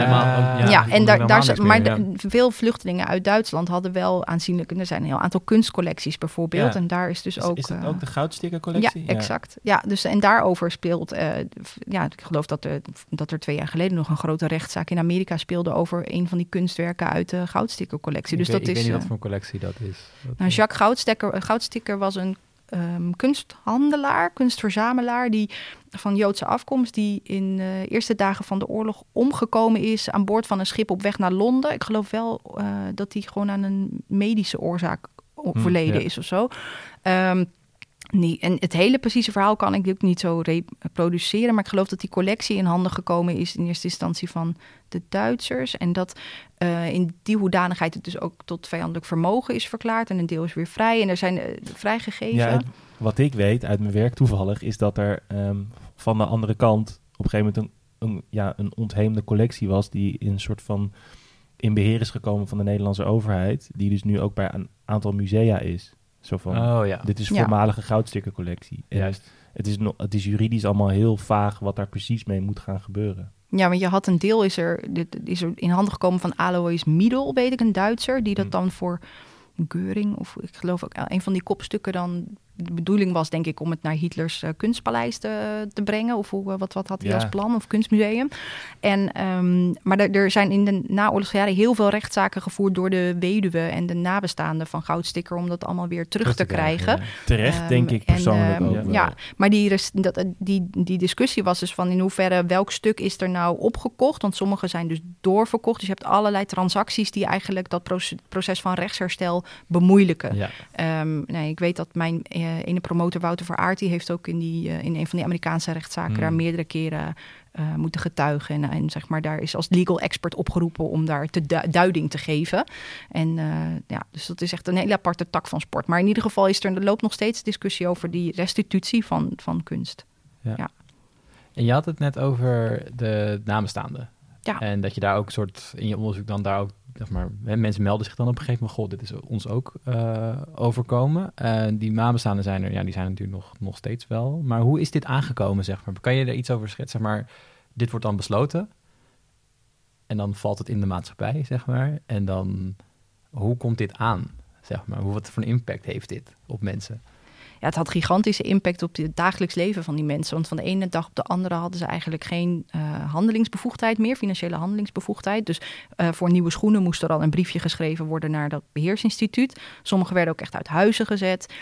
vijanden... veel vluchtelingen uit Duitsland hadden wel aanzienlijk... Er zijn een heel aantal kunstcollecties bijvoorbeeld. En daar is dus ook... Is dat ook de Goudstickercollectie? Ja, exact. Ja, dus, en daarover speelt... ik geloof dat er 2 jaar geleden nog een grote rechtszaak in Amerika speelde over een van die kunstwerken uit de Goudstickercollectie. Dus ik weet niet wat voor een collectie dat is. Jacques Goudsticker was een kunsthandelaar, kunstverzamelaar die van Joodse afkomst, die in de eerste dagen van de oorlog omgekomen is aan boord van een schip op weg naar Londen. Ik geloof wel dat hij gewoon aan een medische oorzaak overleden is of zo. En het hele precieze verhaal kan ik ook niet zo reproduceren, maar ik geloof dat die collectie in handen gekomen is in eerste instantie van de Duitsers en dat in die hoedanigheid het dus ook tot vijandelijk vermogen is verklaard en een deel is weer vrij en er zijn vrijgegeven. Ja, wat ik weet uit mijn werk toevallig is dat er van de andere kant op een gegeven moment een ontheemde collectie was die in een soort van in beheer is gekomen van de Nederlandse overheid, die dus nu ook bij een aantal musea is. Zo van, dit is voormalige goudstickercollectie. Juist. Het is juridisch allemaal heel vaag wat daar precies mee moet gaan gebeuren. Ja, want je had een deel is er in handen gekomen van Alois Miedel, weet ik, een Duitser, die dat dan voor Göring, of ik geloof ook een van die kopstukken dan. De bedoeling was, denk ik, om het naar Hitlers kunstpaleis te brengen. Of wat had hij als plan? Of kunstmuseum. Maar er zijn in de naoorlogsjaren heel veel rechtszaken gevoerd door de weduwe en de nabestaanden van Goudsticker om dat allemaal weer terug te krijgen. Ja. Terecht, denk ik persoonlijk ook wel. Ja, maar die discussie was dus van in hoeverre welk stuk is er nou opgekocht. Want sommige zijn dus doorverkocht. Dus je hebt allerlei transacties die eigenlijk dat proces van rechtsherstel bemoeilijken. Ja. Ik weet dat mijn ene promotor Wouter Veraert, die heeft ook in een van die Amerikaanse rechtszaken daar meerdere keren moeten getuigen. En zeg maar, daar is als legal expert opgeroepen om daar duiding te geven. En dus dat is echt een hele aparte tak van sport. Maar in ieder geval er loopt nog steeds discussie over die restitutie van kunst. Ja. En je had het net over de nabestaanden. Ja. En dat je daar ook soort in je onderzoek dan daar ook, zeg maar, mensen melden zich dan op een gegeven moment, dit is ons ook overkomen. Die nabestaanden zijn er, die zijn natuurlijk nog steeds wel. Maar hoe is dit aangekomen, zeg maar? Kan je er iets over schetsen? Zeg maar, dit wordt dan besloten en dan valt het in de maatschappij, zeg maar. En dan, hoe komt dit aan, zeg maar? Wat voor een impact heeft dit op mensen? Ja, het had gigantische impact op het dagelijks leven van die mensen. Want van de ene dag op de andere hadden ze eigenlijk geen handelingsbevoegdheid meer, financiële handelingsbevoegdheid. Dus voor nieuwe schoenen moest er al een briefje geschreven worden naar dat beheersinstituut. Sommigen werden ook echt uit huizen gezet.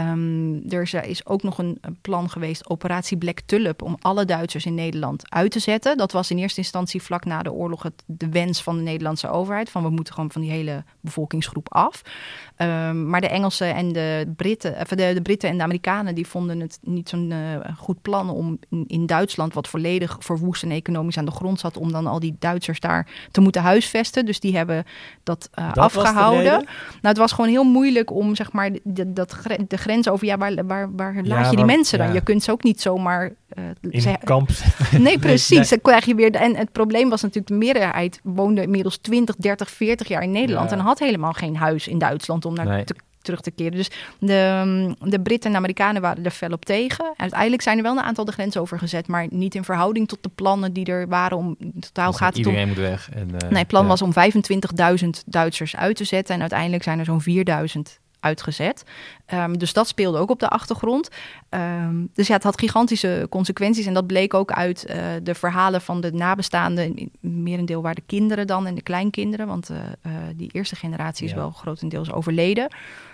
Er is ook nog een plan geweest, Operatie Black Tulip, om alle Duitsers in Nederland uit te zetten. Dat was in eerste instantie vlak na de oorlog de wens van de Nederlandse overheid. Van we moeten gewoon van die hele bevolkingsgroep af. Maar de Engelsen en de Britten en de Amerikanen, die vonden het niet zo'n goed plan om in Duitsland, wat volledig verwoest en economisch aan de grond zat, om dan al die Duitsers daar te moeten huisvesten. Dus die hebben dat afgehouden. Nou, het was gewoon heel moeilijk om, zeg maar, de grens over, waar laat je die mensen dan? Je kunt ze ook niet zomaar in een kamp. Nee, precies. Dan krijg je weer. En het probleem was natuurlijk, de meerderheid woonde inmiddels 20, 30, 40 jaar in Nederland en had helemaal geen huis in Duitsland om naar terug te keren. Dus de Britten en de Amerikanen waren er fel op tegen. En uiteindelijk zijn er wel een aantal de grens overgezet, maar niet in verhouding tot de plannen die er waren om. Totaal dus gaat het iedereen moet weg. Het plan was om 25.000 Duitsers uit te zetten en uiteindelijk zijn er zo'n 4.000 uitgezet. Dus dat speelde ook op de achtergrond. Dus het had gigantische consequenties. En dat bleek ook uit de verhalen van de nabestaanden. Merendeel waren de kinderen dan en de kleinkinderen. Want die eerste generatie is wel grotendeels overleden.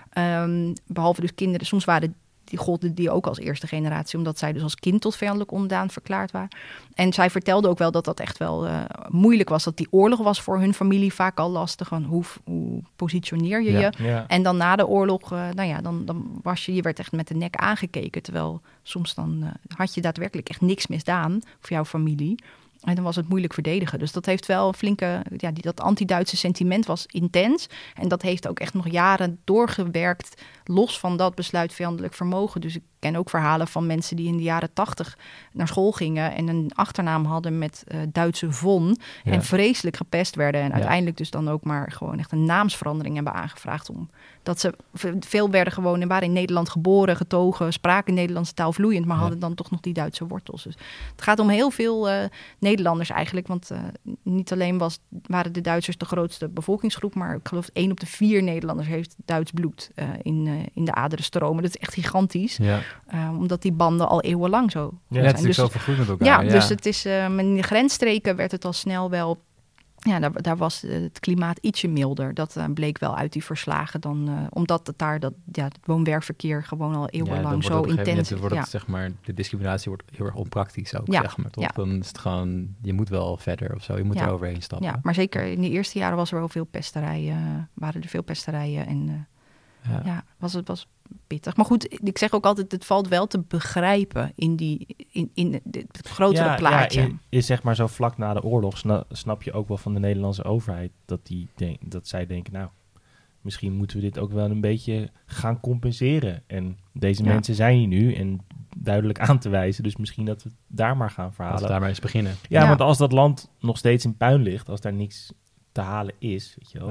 Behalve dus kinderen. Soms golden die ook als eerste generatie, omdat zij dus als kind tot vijandelijk ondaan verklaard waren. En zij vertelde ook wel dat dat echt wel moeilijk was. Dat die oorlog was voor hun familie vaak al lastig. Van hoe positioneer je je? Ja. En dan na de oorlog, dan je werd echt met de nek aangekeken. Terwijl soms dan had je daadwerkelijk echt niks misdaan voor jouw familie. En dan was het moeilijk verdedigen. Dus dat heeft wel een flinke. Dat anti-Duitse sentiment was intens. En dat heeft ook echt nog jaren doorgewerkt. Los van dat besluit vijandelijk vermogen. Dus ik ken ook verhalen van mensen die in de jaren 80 naar school gingen. En een achternaam hadden met Duitse von. Ja. En vreselijk gepest werden. En uiteindelijk dus dan ook maar gewoon echt een naamsverandering hebben aangevraagd. Dat ze veel waren in Nederland geboren, getogen. Spraken Nederlandse taal vloeiend. Maar hadden dan toch nog die Duitse wortels. Dus het gaat om heel veel Nederlanders eigenlijk. Want niet alleen waren de Duitsers de grootste bevolkingsgroep. Maar ik geloof 1 op de 4 Nederlanders heeft Duits bloed in de aderen stromen. Dat is echt gigantisch. Ja. Omdat die banden al eeuwenlang zo zijn. Het is dus zo vergroeid met elkaar. Dus het is in de grensstreken werd het al snel wel. Ja, daar was het klimaat ietsje milder. Dat bleek wel uit die verslagen dan, omdat het daar het woon-werkverkeer gewoon al eeuwenlang zo intens is. Zeg maar, de discriminatie wordt heel erg onpraktisch ook, zeg maar. Toch? Dan is het gewoon, je moet wel verder of zo. Je moet er overheen stappen. Ja, maar zeker in de eerste jaren waren er veel pesterijen en was pittig. Maar goed, ik zeg ook altijd, het valt wel te begrijpen in het grotere plaatje. Ja, is zeg maar zo vlak na de oorlog snap je ook wel van de Nederlandse overheid dat zij denken, nou, misschien moeten we dit ook wel een beetje gaan compenseren. En deze mensen zijn hier nu en duidelijk aan te wijzen. Dus misschien dat we daar maar gaan verhalen. Laten we daar maar eens beginnen. Ja, want als dat land nog steeds in puin ligt, als daar niks te halen is, weet je wel.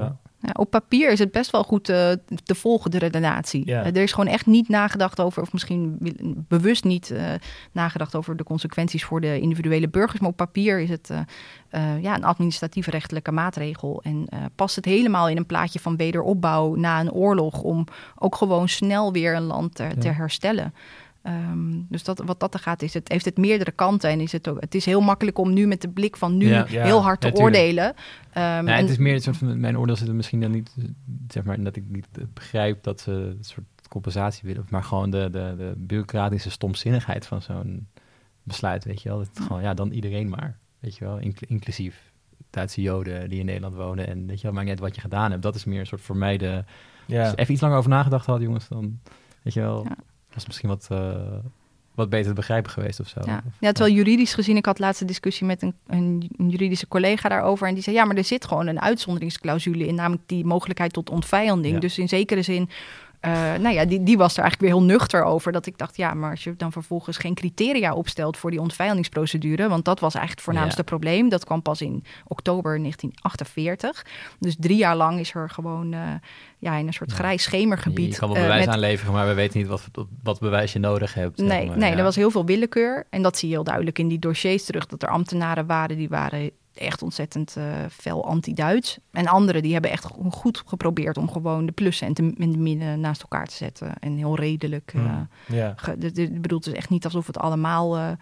Ja, op papier is het best wel goed te volgen, de redenatie. Ja. Er is gewoon echt niet nagedacht over, of misschien bewust niet nagedacht over de consequenties voor de individuele burgers. Maar op papier is het een administratieve rechtelijke maatregel. En past het helemaal in een plaatje van wederopbouw na een oorlog om ook gewoon snel weer een land te herstellen. Dus wat dat er gaat, heeft het meerdere kanten. En het is heel makkelijk om nu met de blik van nu heel hard te oordelen. Het is meer een soort van, mijn oordeel zit er misschien dan niet, zeg maar, dat ik niet begrijp dat ze een soort compensatie willen, maar gewoon de bureaucratische stomzinnigheid van zo'n besluit, weet je wel. Dat het gewoon, dan iedereen maar, weet je wel, inclusief Duitse Joden die in Nederland wonen en weet je wel, maakt niet uit wat je gedaan hebt. Dat is meer een soort voor mij als je even iets langer over nagedacht had, jongens, dan weet je wel. Ja. Was misschien wat beter te begrijpen geweest of zo. Ja, terwijl juridisch gezien, ik had laatst een discussie met een juridische collega daarover. En die zei, maar er zit gewoon een uitzonderingsclausule in, namelijk die mogelijkheid tot ontvijanding. Ja. Dus in zekere zin, die was er eigenlijk weer heel nuchter over. Dat ik dacht, maar als je dan vervolgens geen criteria opstelt voor die ontvijandingsprocedure, want dat was eigenlijk het voornaamste probleem. Dat kwam pas in oktober 1948. Dus 3 jaar lang is er gewoon in een soort grijs schemergebied. Je kan wel bewijs aanleveren, maar we weten niet wat bewijs je nodig hebt. Nee, er was heel veel willekeur. En dat zie je heel duidelijk in die dossiers terug. Dat er ambtenaren waren, die waren echt ontzettend fel anti-Duits. En anderen die hebben echt goed geprobeerd om gewoon de plussen en de minnen naast elkaar te zetten. En heel redelijk. Ik bedoel, het is echt niet alsof het allemaal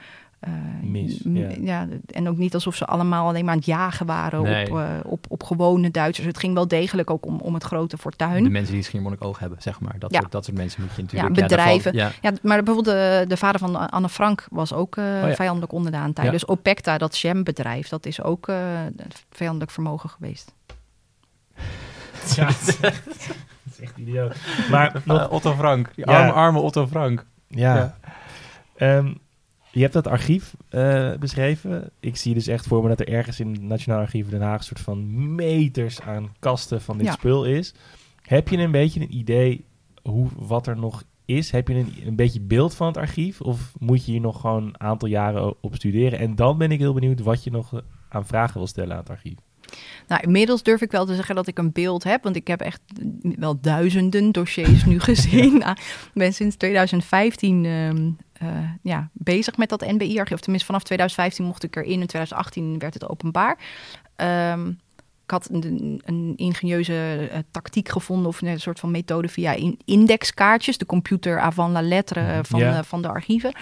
en ook niet alsof ze allemaal alleen maar aan het jagen waren op gewone Duitsers. Het ging wel degelijk ook om het grote fortuin. De mensen die schiermonnik oog hebben, zeg maar. Dat soort mensen moet je natuurlijk... bedrijven. Maar bijvoorbeeld de vader van Anne Frank was ook vijandelijk onderdaan tijdens Opekta, dat Shem-bedrijf. Dat is ook vijandelijk vermogen geweest. Ja, dat is echt idioot. Maar Otto Frank. Arme Otto Frank. Ja. Je hebt dat archief beschreven. Ik zie dus echt voor me dat er ergens in het Nationaal Archief in Den Haag een soort van meters aan kasten van dit spul is. Heb je een beetje een idee wat er nog is? Heb je een beetje beeld van het archief? Of moet je hier nog gewoon een aantal jaren op studeren? En dan ben ik heel benieuwd wat je nog aan vragen wil stellen aan het archief. Nou, inmiddels durf ik wel te zeggen dat ik een beeld heb. Want ik heb echt wel duizenden dossiers nu gezien. Ik ben sinds 2015 bezig met dat NBI-archief. Of tenminste, vanaf 2015 mocht ik erin. In 2018 werd het openbaar. Ik had een ingenieuze tactiek gevonden, of een soort van methode via indexkaartjes. De computer avant la lettre van de archieven.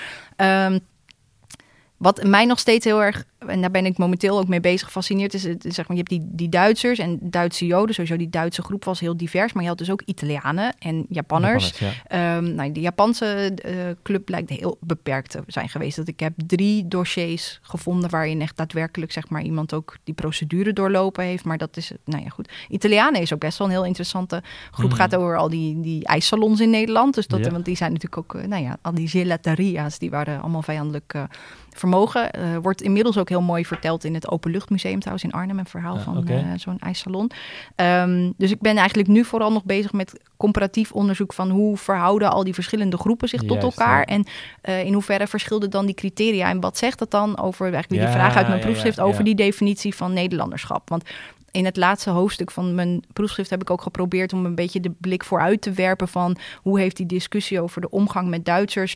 Wat mij nog steeds heel erg, en daar ben ik momenteel ook mee bezig, fascineert is, zeg maar, je hebt die Duitsers en Duitse Joden. Sowieso die Duitse groep was heel divers, maar je had dus ook Italianen en Japanners. De Japanse club blijkt heel beperkt te zijn geweest. Dat ik heb 3 dossiers gevonden waarin echt daadwerkelijk, zeg maar, iemand ook die procedure doorlopen heeft. Maar dat is, goed. Italianen is ook best wel een heel interessante groep. Gaat over al die ijssalons in Nederland. Dus want die zijn natuurlijk ook, al die gelateria's, die waren allemaal vijandelijk vermogen. Wordt inmiddels ook heel mooi verteld in het Openluchtmuseum trouwens in Arnhem, een verhaal van zo'n ijssalon. Dus ik ben eigenlijk nu vooral nog bezig met comparatief onderzoek van hoe verhouden al die verschillende groepen zich tot elkaar en in hoeverre verschilden dan die criteria en wat zegt dat dan over eigenlijk die vraag uit mijn proefschrift over die definitie van Nederlanderschap. Want in het laatste hoofdstuk van mijn proefschrift heb ik ook geprobeerd om een beetje de blik vooruit te werpen van hoe heeft die discussie over de omgang met Duitsers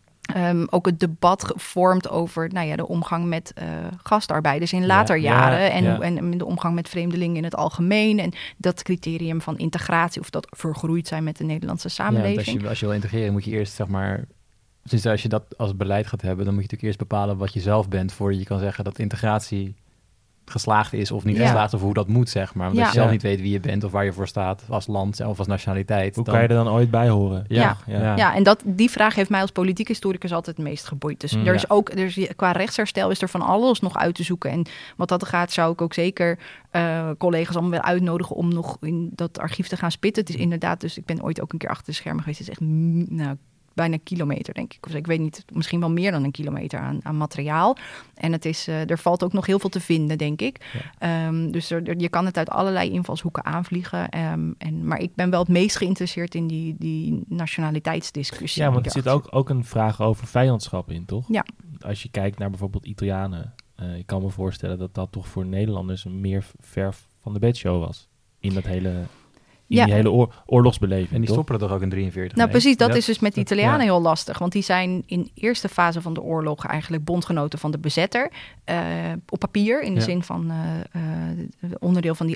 ook het debat gevormd over de omgang met gastarbeiders in later jaren. En de omgang met vreemdelingen in het algemeen. En dat criterium van integratie, of dat vergroeid zijn met de Nederlandse samenleving. Ja, als je wil integreren, moet je eerst, zeg maar, sinds als je dat als beleid gaat hebben, dan moet je natuurlijk eerst bepalen wat je zelf bent, voordat je kan zeggen dat integratie geslaagd is of niet geslaagd, of hoe dat moet, zeg maar. Want als je zelf niet weet wie je bent of waar je voor staat als land of als nationaliteit. Hoe kan je er dan ooit bij horen? En die vraag heeft mij als politiek historicus altijd het meest geboeid. Dus qua rechtsherstel is er van alles nog uit te zoeken. En wat dat gaat, zou ik ook zeker collega's allemaal weer uitnodigen om nog in dat archief te gaan spitten. Het is inderdaad, dus ik ben ooit ook een keer achter de schermen geweest. Het is echt bijna een kilometer, denk ik. Of ik weet niet, misschien wel meer dan een kilometer aan materiaal. En het is, er valt ook nog heel veel te vinden, denk ik. Dus je kan het uit allerlei invalshoeken aanvliegen. Maar ik ben wel het meest geïnteresseerd in die nationaliteitsdiscussie. Ja, want er zit ook een vraag over vijandschap in, toch? Ja. Als je kijkt naar bijvoorbeeld Italianen. Ik kan me voorstellen dat toch voor Nederlanders een meer ver van de bedshow was. in dat hele... die hele oorlogsbeleving. En die toch? stoppen er toch ook in 43? Nou, mee? precies. Dat is dus met de Italianen heel lastig. Want die zijn in de eerste fase van de oorlog eigenlijk bondgenoten van de bezetter. Op papier, in de zin van onderdeel van die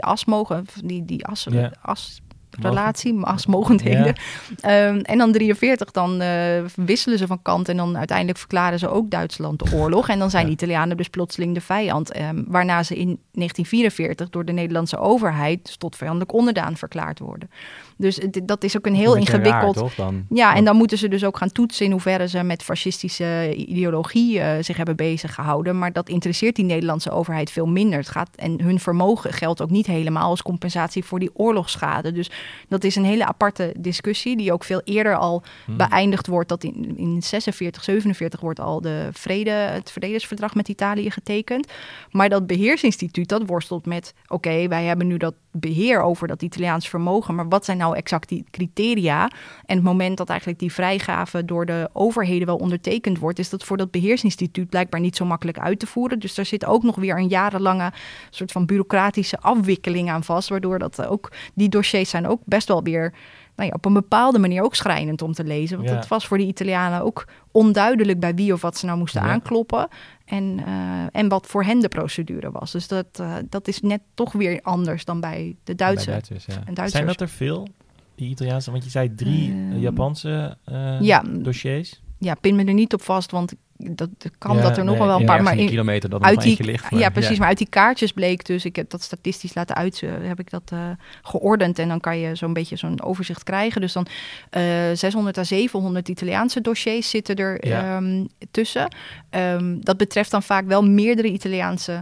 asmogendheden. En dan 43, dan wisselen ze van kant en dan uiteindelijk verklaren ze ook Duitsland de oorlog. En dan zijn de Italianen dus plotseling de vijand. Waarna ze in 1944 door de Nederlandse overheid tot vijandelijk onderdaan verklaard worden. Dus dat is ook een heel ingewikkeld... Raar, toch, dan? Ja, en dan moeten ze dus ook gaan toetsen in hoeverre ze met fascistische ideologie zich hebben bezig gehouden. Maar dat interesseert die Nederlandse overheid veel minder. En hun vermogen geldt ook niet helemaal als compensatie voor die oorlogsschade. Dus dat is een hele aparte discussie die ook veel eerder al beëindigd wordt. Dat in 46, 47 wordt al het vredesverdrag met Italië getekend. Maar dat beheersinstituut, dat worstelt met... Oké, wij hebben nu dat beheer over dat Italiaans vermogen, maar wat zijn nou exact die criteria? En het moment dat eigenlijk die vrijgave door de overheden wel ondertekend wordt, is dat voor dat beheersinstituut blijkbaar niet zo makkelijk uit te voeren. Dus daar zit ook nog weer een jarenlange soort van bureaucratische afwikkeling aan vast, waardoor dat ook, die dossiers zijn ook best wel weer op een bepaalde manier ook schrijnend om te lezen. Want het was voor de Italianen ook onduidelijk bij wie of wat ze nou moesten aankloppen. En wat voor hen de procedure was. Dus dat is net toch weer anders dan bij de Duitsers. Zijn dat er veel, die Italiaanse? Want je zei 3 Japanse dossiers. Ja, pin me er niet op vast, want dat er nog wel een paar, maar in kilometer dat uit die ligt. Maar, precies. Maar uit die kaartjes bleek dus, ik heb dat statistisch laten heb ik dat geordend en dan kan je zo'n beetje zo'n overzicht krijgen. Dus dan 600 à 700 Italiaanse dossiers zitten er tussen. Dat betreft dan vaak wel meerdere Italiaanse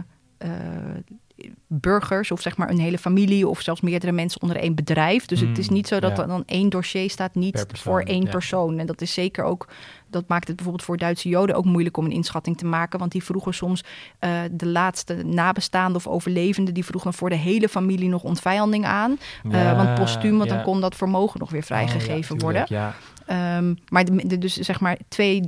burgers of zeg maar een hele familie of zelfs meerdere mensen onder één bedrijf. Dus het is niet zo dat er dan één dossier staat, niet voor één persoon. En dat is zeker ook, dat maakt het bijvoorbeeld voor Duitse Joden ook moeilijk om een inschatting te maken, want die vroegen soms de laatste nabestaande of overlevende, die vroegen voor de hele familie nog ontvijanding aan. Want postuum, want dan kon dat vermogen nog weer vrijgegeven worden. Ja. Maar dus zeg maar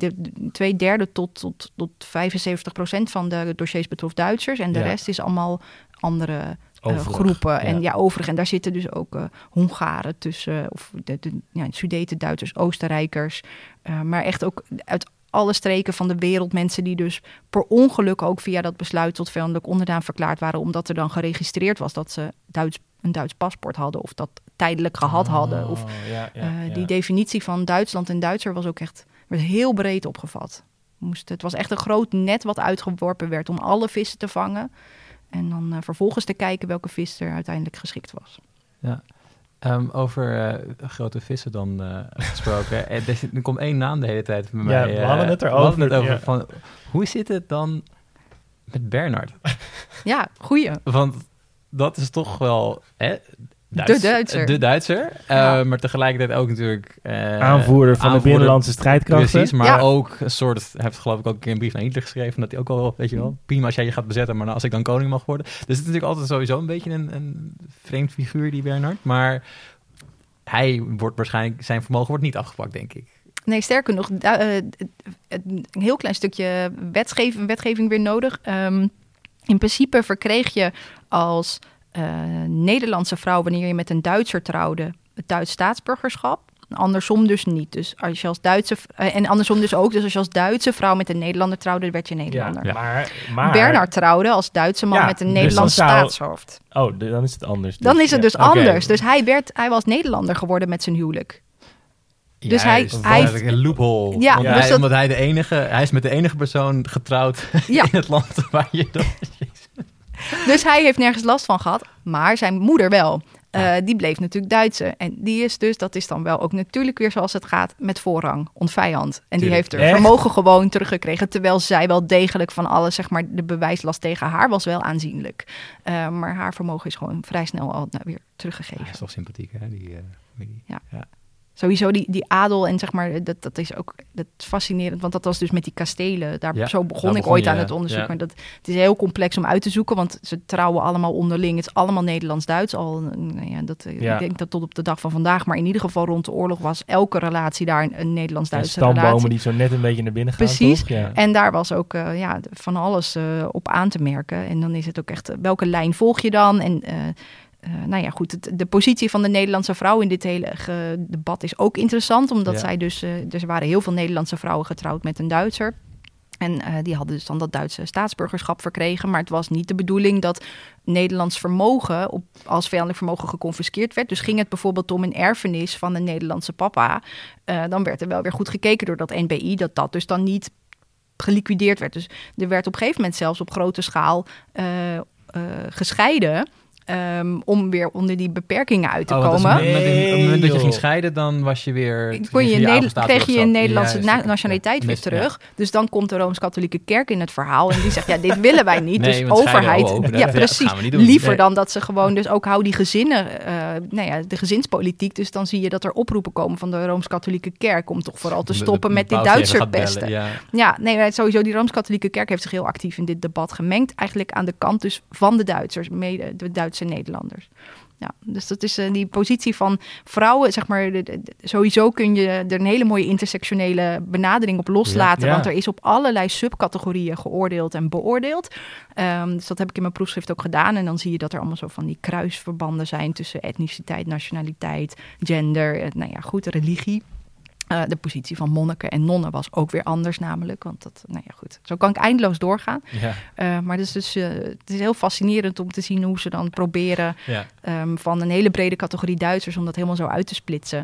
2/3 tot 75% van de dossiers betrof Duitsers en de rest is allemaal andere groepen. En overig. En daar zitten dus ook Hongaren tussen, of Sudeten, Duitsers, Oostenrijkers. Maar echt ook uit alle streken van de wereld mensen die dus per ongeluk ook via dat besluit tot vijandelijk onderdaan verklaard waren, omdat er dan geregistreerd was dat ze een Duits paspoort hadden of dat tijdelijk gehad hadden. Of die definitie van Duitsland en Duitser was ook echt, werd heel breed opgevat. Het was echt een groot net wat uitgeworpen werd om alle vissen te vangen. En dan vervolgens te kijken welke vis er uiteindelijk geschikt was. Ja, over grote vissen dan gesproken. Er komt 1 naam de hele tijd bij mij. We hadden het erover. Van, hoe zit het dan met Bernhard? Ja, goeie. Want dat is toch wel... De Duitser. Maar tegelijkertijd ook natuurlijk... aanvoerder van de binnenlandse strijdkrachten. Precies, maar ook een soort... heeft geloof ik ook een keer een brief naar Hitler geschreven, dat hij ook wel, weet je wel, prima als jij je gaat bezetten, maar als ik dan koning mag worden. Dus het is natuurlijk altijd sowieso een beetje een vreemd figuur, die Bernhard. Maar hij wordt waarschijnlijk... zijn vermogen wordt niet afgepakt, denk ik. Nee, sterker nog, een heel klein stukje wetgeving weer nodig. In principe verkreeg je als Nederlandse vrouw, wanneer je met een Duitser trouwde, het Duits staatsburgerschap. Andersom dus niet. Dus als je als Duitse en andersom dus ook. Dus als je als Duitse vrouw met een Nederlander trouwde, werd je Nederlander. Ja, maar Bernhard trouwde als Duitse man met een Nederlands staatshoofd. Oh, dan is het anders. Dus, dan is het dus anders. Dus hij was Nederlander geworden met zijn huwelijk. Ja, dus hij heeft een loophole. Ja, Want omdat hij is met de enige persoon getrouwd in het land waar je dat. Dus hij heeft nergens last van gehad, maar zijn moeder wel. Die bleef natuurlijk Duitse. En die is dus, dat is dan wel ook natuurlijk weer zoals het gaat, met voorrang, ontvijand. En die heeft er vermogen gewoon teruggekregen, terwijl zij wel degelijk van alles, zeg maar, de bewijslast tegen haar was wel aanzienlijk. Maar haar vermogen is gewoon vrij snel al weer teruggegeven. Dat is toch sympathiek, hè? Ja. Sowieso die adel en zeg maar, dat is ook fascinerend. Want dat was dus met die kastelen. Zo begon ik ooit aan het onderzoek. Ja. Maar het is heel complex om uit te zoeken. Want ze trouwen allemaal onderling. Het is allemaal Nederlands-Duits. Ik denk dat tot op de dag van vandaag. Maar in ieder geval rond de oorlog was elke relatie daar een Nederlands-Duitse relatie. Stambomen die zo net een beetje naar binnen gaan. Precies. Toch? Ja. En daar was ook van alles op aan te merken. En dan is het ook echt, welke lijn volg je dan? En de positie van de Nederlandse vrouw in dit hele debat is ook interessant. Omdat zij dus... er waren heel veel Nederlandse vrouwen getrouwd met een Duitser. En die hadden dus dan dat Duitse staatsburgerschap verkregen. Maar het was niet de bedoeling dat Nederlands vermogen als vijandelijk vermogen geconfiskeerd werd. Dus ging het bijvoorbeeld om een erfenis van een Nederlandse papa. Dan werd er wel weer goed gekeken door dat NBI dat dus dan niet geliquideerd werd. Dus er werd op een gegeven moment zelfs op grote schaal gescheiden. Om weer onder die beperkingen uit te komen. Op het moment dat je ging scheiden, dan was je weer... kreeg je een Nederlandse nationaliteit weer terug. Dus dan komt de Rooms-Katholieke Kerk in het verhaal. En die zegt, dit willen wij niet. Nee, dus overheid... precies. Liever dan dat ze gewoon... Dus ook hou die gezinnen... de gezinspolitiek. Dus dan zie je dat er oproepen komen van de Rooms-Katholieke Kerk... om toch vooral te stoppen met dit Duitserpesten. Sowieso die Rooms-Katholieke Kerk heeft zich heel actief in dit debat gemengd. Eigenlijk aan de kant dus van de Duitsers. Mede de Duitse Nederlanders. Ja, dus dat is die positie van vrouwen, zeg maar, sowieso kun je er een hele mooie intersectionele benadering op loslaten, want er is op allerlei subcategorieën geoordeeld en beoordeeld. Dus dat heb ik in mijn proefschrift ook gedaan en dan zie je dat er allemaal zo van die kruisverbanden zijn tussen etniciteit, nationaliteit, gender, religie. De positie van monniken en nonnen was ook weer anders namelijk. Want dat, zo kan ik eindeloos doorgaan. Ja. Maar het is heel fascinerend om te zien hoe ze dan proberen... van een hele brede categorie Duitsers... om dat helemaal zo uit te splitsen.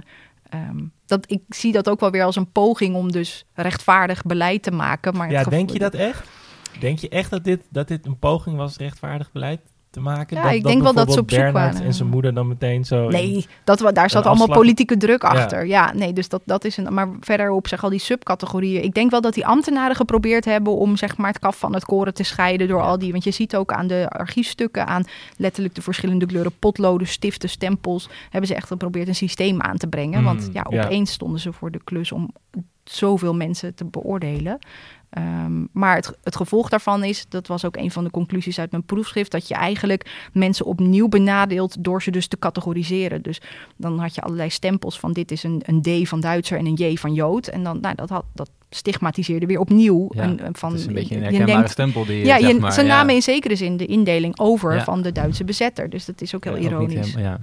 Ik zie dat ook wel weer als een poging om dus rechtvaardig beleid te maken. Maar denk je dat echt? Denk je echt dat dit een poging was, rechtvaardig beleid te maken? Ja, ik denk wel dat ze op zoek waren. En zijn moeder dan meteen zo... Nee, daar zat allemaal politieke druk achter. Ja, nee, dus dat is een... Maar verderop zeg al die subcategorieën. Ik denk wel dat die ambtenaren geprobeerd hebben om zeg maar het kaf van het koren te scheiden door al die... Want je ziet ook aan de archiefstukken, aan letterlijk de verschillende kleuren potloden, stiften, stempels, hebben ze echt geprobeerd een systeem aan te brengen. Want opeens stonden ze voor de klus om zoveel mensen te beoordelen. Maar het gevolg daarvan is, dat was ook een van de conclusies uit mijn proefschrift, dat je eigenlijk mensen opnieuw benadeelt door ze dus te categoriseren. Dus dan had je allerlei stempels van dit is een D van Duitser en een J van Jood. En dan, dat stigmatiseerde weer opnieuw. Ja, het is een beetje een herkenbare stempel die ze namen in zekere zin de indeling over van de Duitse bezetter. Dus dat is ook heel ironisch. Het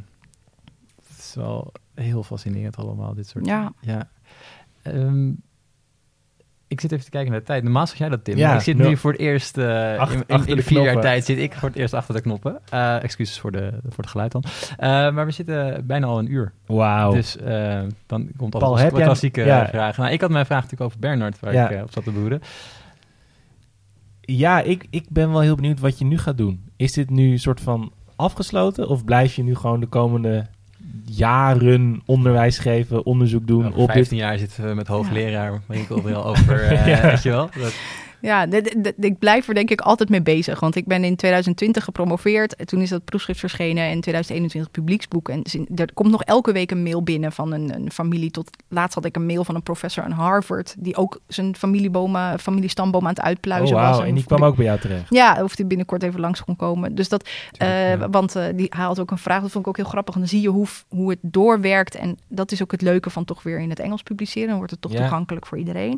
is wel heel fascinerend allemaal, dit soort... Ik zit even te kijken naar de tijd. Normaal zeg jij dat, Tim. Ik zit nu voor het eerst... in de 4 jaar tijd zit ik voor het eerst achter de knoppen. Excuses voor het geluid dan. Maar we zitten bijna al een uur. Wauw. Dus dan komt altijd een klassieke vraag. Nou, ik had mijn vraag natuurlijk over Bernard, waar ik op zat te behoeden. Ja, ik ben wel heel benieuwd wat je nu gaat doen. Is dit nu een soort van afgesloten? Of blijf je nu gewoon de komende jaren onderwijs geven, onderzoek doen? Op 15 jaar zitten we met hoogleraar Marieke wel over, weet je wel? Ja, ik blijf er denk ik altijd mee bezig. Want ik ben in 2020 gepromoveerd. Toen is dat proefschrift verschenen. En in 2021 publieksboek. En er komt nog elke week een mail binnen van een familie. Tot laatst had ik een mail van een professor aan Harvard. Die ook zijn familiestamboom aan het uitpluizen was. En die kwam ook bij jou terecht? Ja, of die binnenkort even langs kon komen. Dus dat, want hij had ook een vraag. Dat vond ik ook heel grappig. En dan zie je hoe het doorwerkt. En dat is ook het leuke van toch weer in het Engels publiceren. Dan wordt het toch toegankelijk voor iedereen.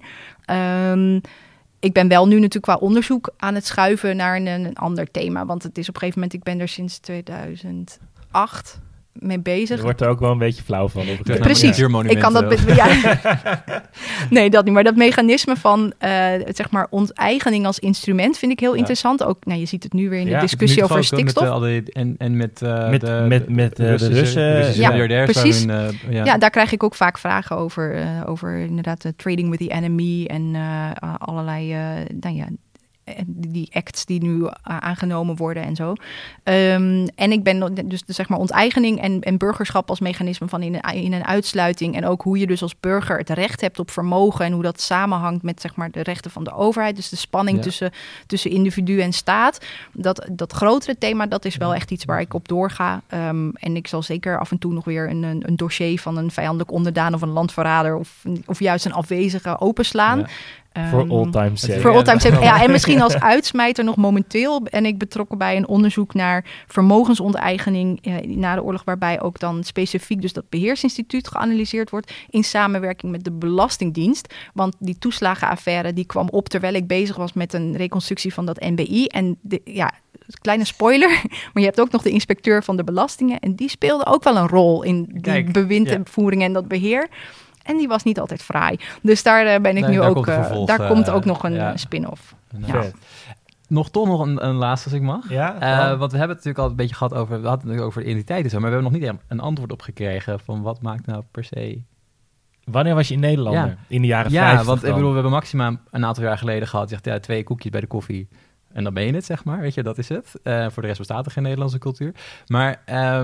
Ik ben wel nu natuurlijk qua onderzoek aan het schuiven naar een ander thema. Want het is op een gegeven moment... Ik ben er sinds 2008 mee bezig. Je wordt er ook wel een beetje flauw van. Precies. Ik kan dat... Nee, dat niet. Maar dat mechanisme van zeg maar onteigening als instrument vind ik heel interessant. Ook, je ziet het nu weer in de discussie over stikstof. Met de Russen. Ja, precies. Daar krijg ik ook vaak vragen over. Over inderdaad trading with the enemy en allerlei... die acts die nu aangenomen worden en zo. En ik ben dus zeg maar onteigening en burgerschap als mechanisme van in een uitsluiting. En ook hoe je dus als burger het recht hebt op vermogen en hoe dat samenhangt met zeg maar de rechten van de overheid. Dus de spanning tussen individu en staat. Dat grotere thema, dat is wel echt iets waar ik op doorga. En ik zal zeker af en toe nog weer een dossier van een vijandelijk onderdaan of een landverrader of juist een afwezige openslaan. Ja. Voor all time sake. Voor all time sake. Ja, en misschien als uitsmijter nog momenteel ben ik betrokken bij een onderzoek naar vermogensonteigening na de oorlog, waarbij ook dan specifiek dus dat beheersinstituut geanalyseerd wordt in samenwerking met de Belastingdienst. Want die toeslagenaffaire die kwam op terwijl ik bezig was met een reconstructie van dat NBI. En kleine spoiler, maar je hebt ook nog de inspecteur van de belastingen. En die speelde ook wel een rol in die bewindvoering en dat beheer. En die was niet altijd fraai. Dus daar ben ik nu ook... daar komt ook nog een spin-off. Ja. Nog een laatste, als ik mag. Ja, want we hebben het natuurlijk al een beetje gehad over... We hadden het over de identiteit en zo, maar we hebben nog niet een antwoord op gekregen van wat maakt nou per se... Wanneer was je in Nederlander? Ja. In de jaren 50 Ja, want dan? ik bedoel, we hebben Maxima een aantal jaar geleden gehad. Zegt 2 koekjes bij de koffie. En dan ben je het, zeg maar. Weet je, dat is het. Voor de rest bestaat er geen Nederlandse cultuur. Maar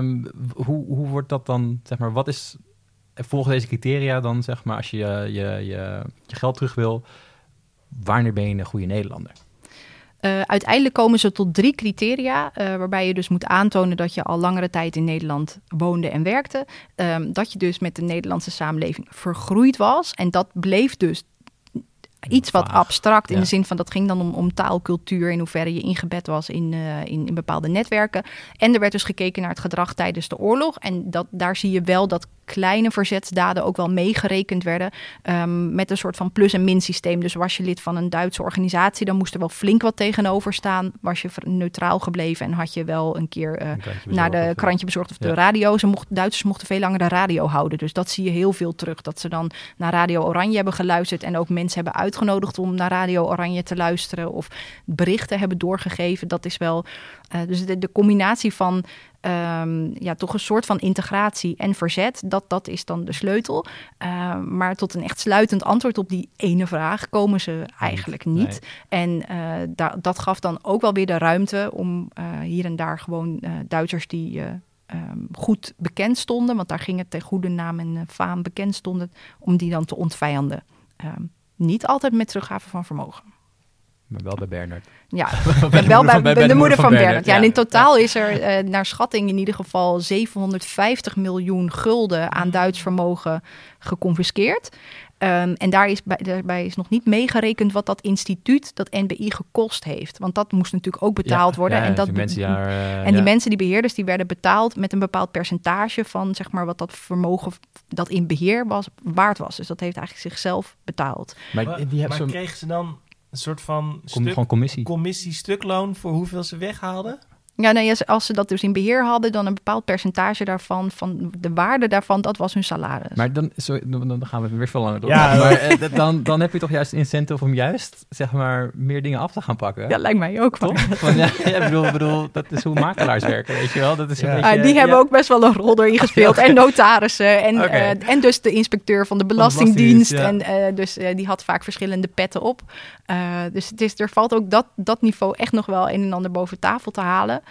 hoe wordt dat dan, zeg maar, wat is volgens deze criteria dan, zeg maar, als je je geld terug wil, wanneer ben je een goede Nederlander? Uiteindelijk komen ze tot 3 criteria, waarbij je dus moet aantonen dat je al langere tijd in Nederland woonde en werkte. Dat je dus met de Nederlandse samenleving vergroeid was. En dat bleef dus iets wat abstract in de zin van dat ging dan om taal, cultuur, in hoeverre je ingebed was in bepaalde netwerken. En er werd dus gekeken naar het gedrag tijdens de oorlog. En daar zie je wel dat kleine verzetsdaden ook wel meegerekend werden met een soort van plus- en min-systeem. Dus was je lid van een Duitse organisatie, dan moest er wel flink wat tegenover staan. Was je neutraal gebleven en had je wel een keer naar de krantje bezorgd of de radio. Duitsers mochten veel langer de radio houden. Dus dat zie je heel veel terug. Dat ze dan naar Radio Oranje hebben geluisterd en ook mensen hebben uitgenodigd om naar Radio Oranje te luisteren of berichten hebben doorgegeven. Dat is wel... dus de combinatie van toch een soort van integratie en verzet, dat is dan de sleutel. Maar tot een echt sluitend antwoord op die ene vraag komen ze eigenlijk niet. Nee. En dat gaf dan ook wel weer de ruimte om hier en daar gewoon Duitsers die goed bekend stonden, want daar ging het ten goede naam en faam bekend stonden, om die dan te ontvijanden. Niet altijd met teruggave van vermogen. Maar wel bij Bernard. Ja, wel bij de moeder van Bernard. Ja, en in totaal is er naar schatting in ieder geval 750 miljoen gulden aan Duits vermogen geconfiskeerd. En daarbij is nog niet meegerekend wat dat instituut, dat NBI, gekost heeft. Want dat moest natuurlijk ook betaald worden. Ja, en die mensen, die beheerders, die werden betaald met een bepaald percentage van, zeg maar, wat dat vermogen dat in beheer was, waard was. Dus dat heeft eigenlijk zichzelf betaald. Maar kregen ze dan een soort van commissie stukloon voor hoeveel ze weghaalden? Ja, nee, als ze dat dus in beheer hadden, dan een bepaald percentage daarvan, van de waarde daarvan, dat was hun salaris. Maar dan gaan we weer veel langer door. Ja, maar dan heb je toch juist een incentive om juist, zeg maar, meer dingen af te gaan pakken. Ja, lijkt mij ook. Toch? Ik bedoel, dat is hoe makelaars werken, weet je wel. Dat is een beetje, die hebben ook best wel een rol erin gespeeld. En notarissen. En dus de inspecteur van de Belastingdienst. En dus die had vaak verschillende petten op. Dus er valt ook dat niveau echt nog wel een en ander boven tafel te halen.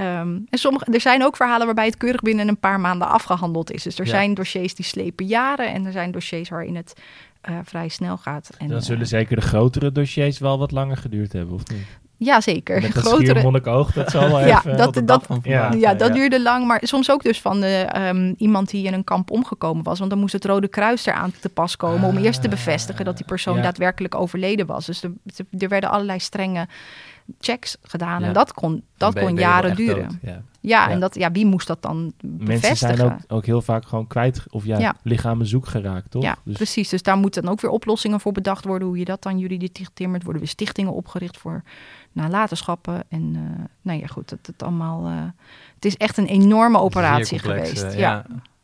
Er zijn ook verhalen waarbij het keurig binnen een paar maanden afgehandeld is. Dus er zijn dossiers die slepen jaren en er zijn dossiers waarin het vrij snel gaat. En, dan zullen zeker de grotere dossiers wel wat langer geduurd hebben, of niet? Ja, zeker. Met dat Schiermonnikoog, dat zal wel even... Dat duurde lang, maar soms ook dus van iemand die in een kamp omgekomen was. Want dan moest het Rode Kruis eraan te pas komen om eerst te bevestigen dat die persoon daadwerkelijk overleden was. Dus er werden allerlei strenge checks gedaan en dat kon jaren duren. En wie moest dat dan bevestigen? Mensen zijn ook heel vaak gewoon kwijt of lichamen zoek geraakt, toch? Ja, precies. Dus daar moeten dan ook weer oplossingen voor bedacht worden, hoe je dat dan juridisch timmert. Worden weer stichtingen opgericht voor nalatenschappen. En goed, het allemaal... het is echt een enorme operatie complex, geweest. Ja.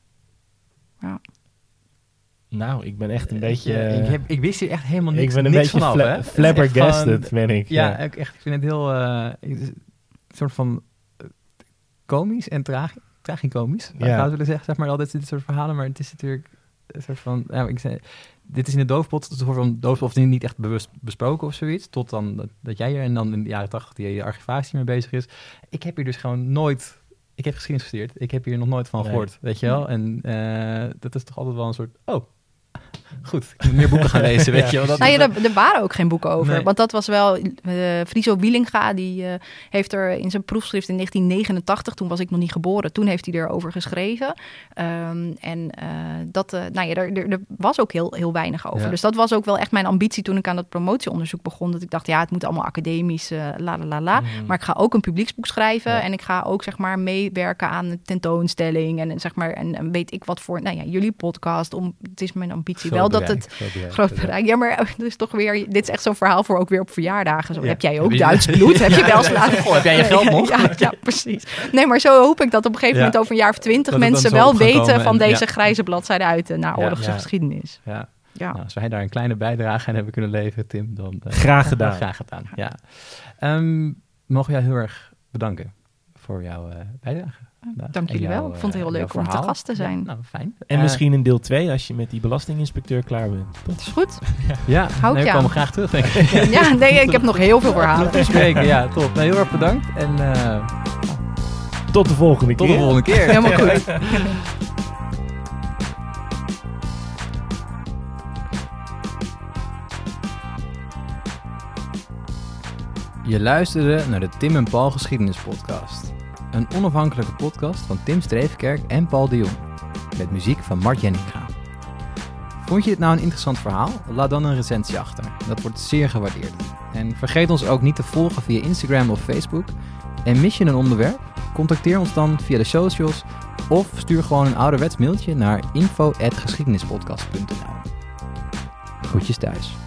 Nou, ik ben echt een beetje... Ik wist hier echt helemaal niks vanaf. Ik ben een beetje flabbergasted, ben ik. Ja, ik vind het heel... een soort van komisch en tragicomisch. Ik zou willen zeggen, zeg maar, altijd dit soort verhalen. Maar het is natuurlijk een soort van... dit is in de doofpot, het soort van doofpot niet echt bewust besproken of zoiets. Tot dan dat jij er en dan in de jaren 80 die archivatie mee bezig is. Ik heb hier dus gewoon nooit... Ik heb geschiedenis gestudeerd. Ik heb hier nog nooit van gehoord, weet je wel. En dat is toch altijd wel een soort... Goed, ik moet meer boeken gaan lezen, weet je wel. Er waren ook geen boeken over. Nee. Want dat was wel... Friso Wielinga, die heeft er in zijn proefschrift in 1989... toen was ik nog niet geboren, toen heeft hij erover geschreven. Er was ook heel weinig over. Ja. Dus dat was ook wel echt mijn ambitie toen ik aan dat promotieonderzoek begon. Dat ik dacht, het moet allemaal academisch, Maar ik ga ook een publieksboek schrijven. Ja. En ik ga ook, zeg maar, meewerken aan een tentoonstelling. En zeg maar, en weet ik wat voor... jullie podcast. Het is mijn ambitie zie wel dat het groot bereik. Ja, maar het is toch weer... Dit is echt zo'n verhaal voor ook weer op verjaardagen. Zo, heb jij ook Duits bloed? Heb je wel eens laten... Heb jij je geld nog? Ja, precies. Nee, maar zo hoop ik dat op een gegeven moment over een jaar of 20 mensen wel weten van deze grijze bladzijde uit naar oorlogse geschiedenis. Ja. Nou, als wij daar een kleine bijdrage aan hebben kunnen leveren, Tim, dan... graag gedaan. Graag gedaan, ja. Mogen wij heel erg bedanken voor jouw bijdrage. Dank jullie wel. Ik vond het heel leuk om te gast te zijn. Nou, fijn. En misschien in deel 2 als je met die belastinginspecteur klaar bent. Dat is goed. Ja, we komen graag terug, denk ik. Ik heb nog heel veel verhalen te spreken. Ja, top. Nou, heel erg bedankt. En tot de volgende keer. Tot de volgende keer. Helemaal goed. Je luisterde naar de Tim en Paul Geschiedenispodcast. Een onafhankelijke podcast van Tim Streefkerk en Paul de Jong. Met muziek van Mart Jenninga. Vond je dit nou een interessant verhaal? Laat dan een recensie achter. Dat wordt zeer gewaardeerd. En vergeet ons ook niet te volgen via Instagram of Facebook. En mis je een onderwerp? Contacteer ons dan via de socials of stuur gewoon een ouderwets mailtje naar info@geschiedenispodcast.nl. Groetjes thuis.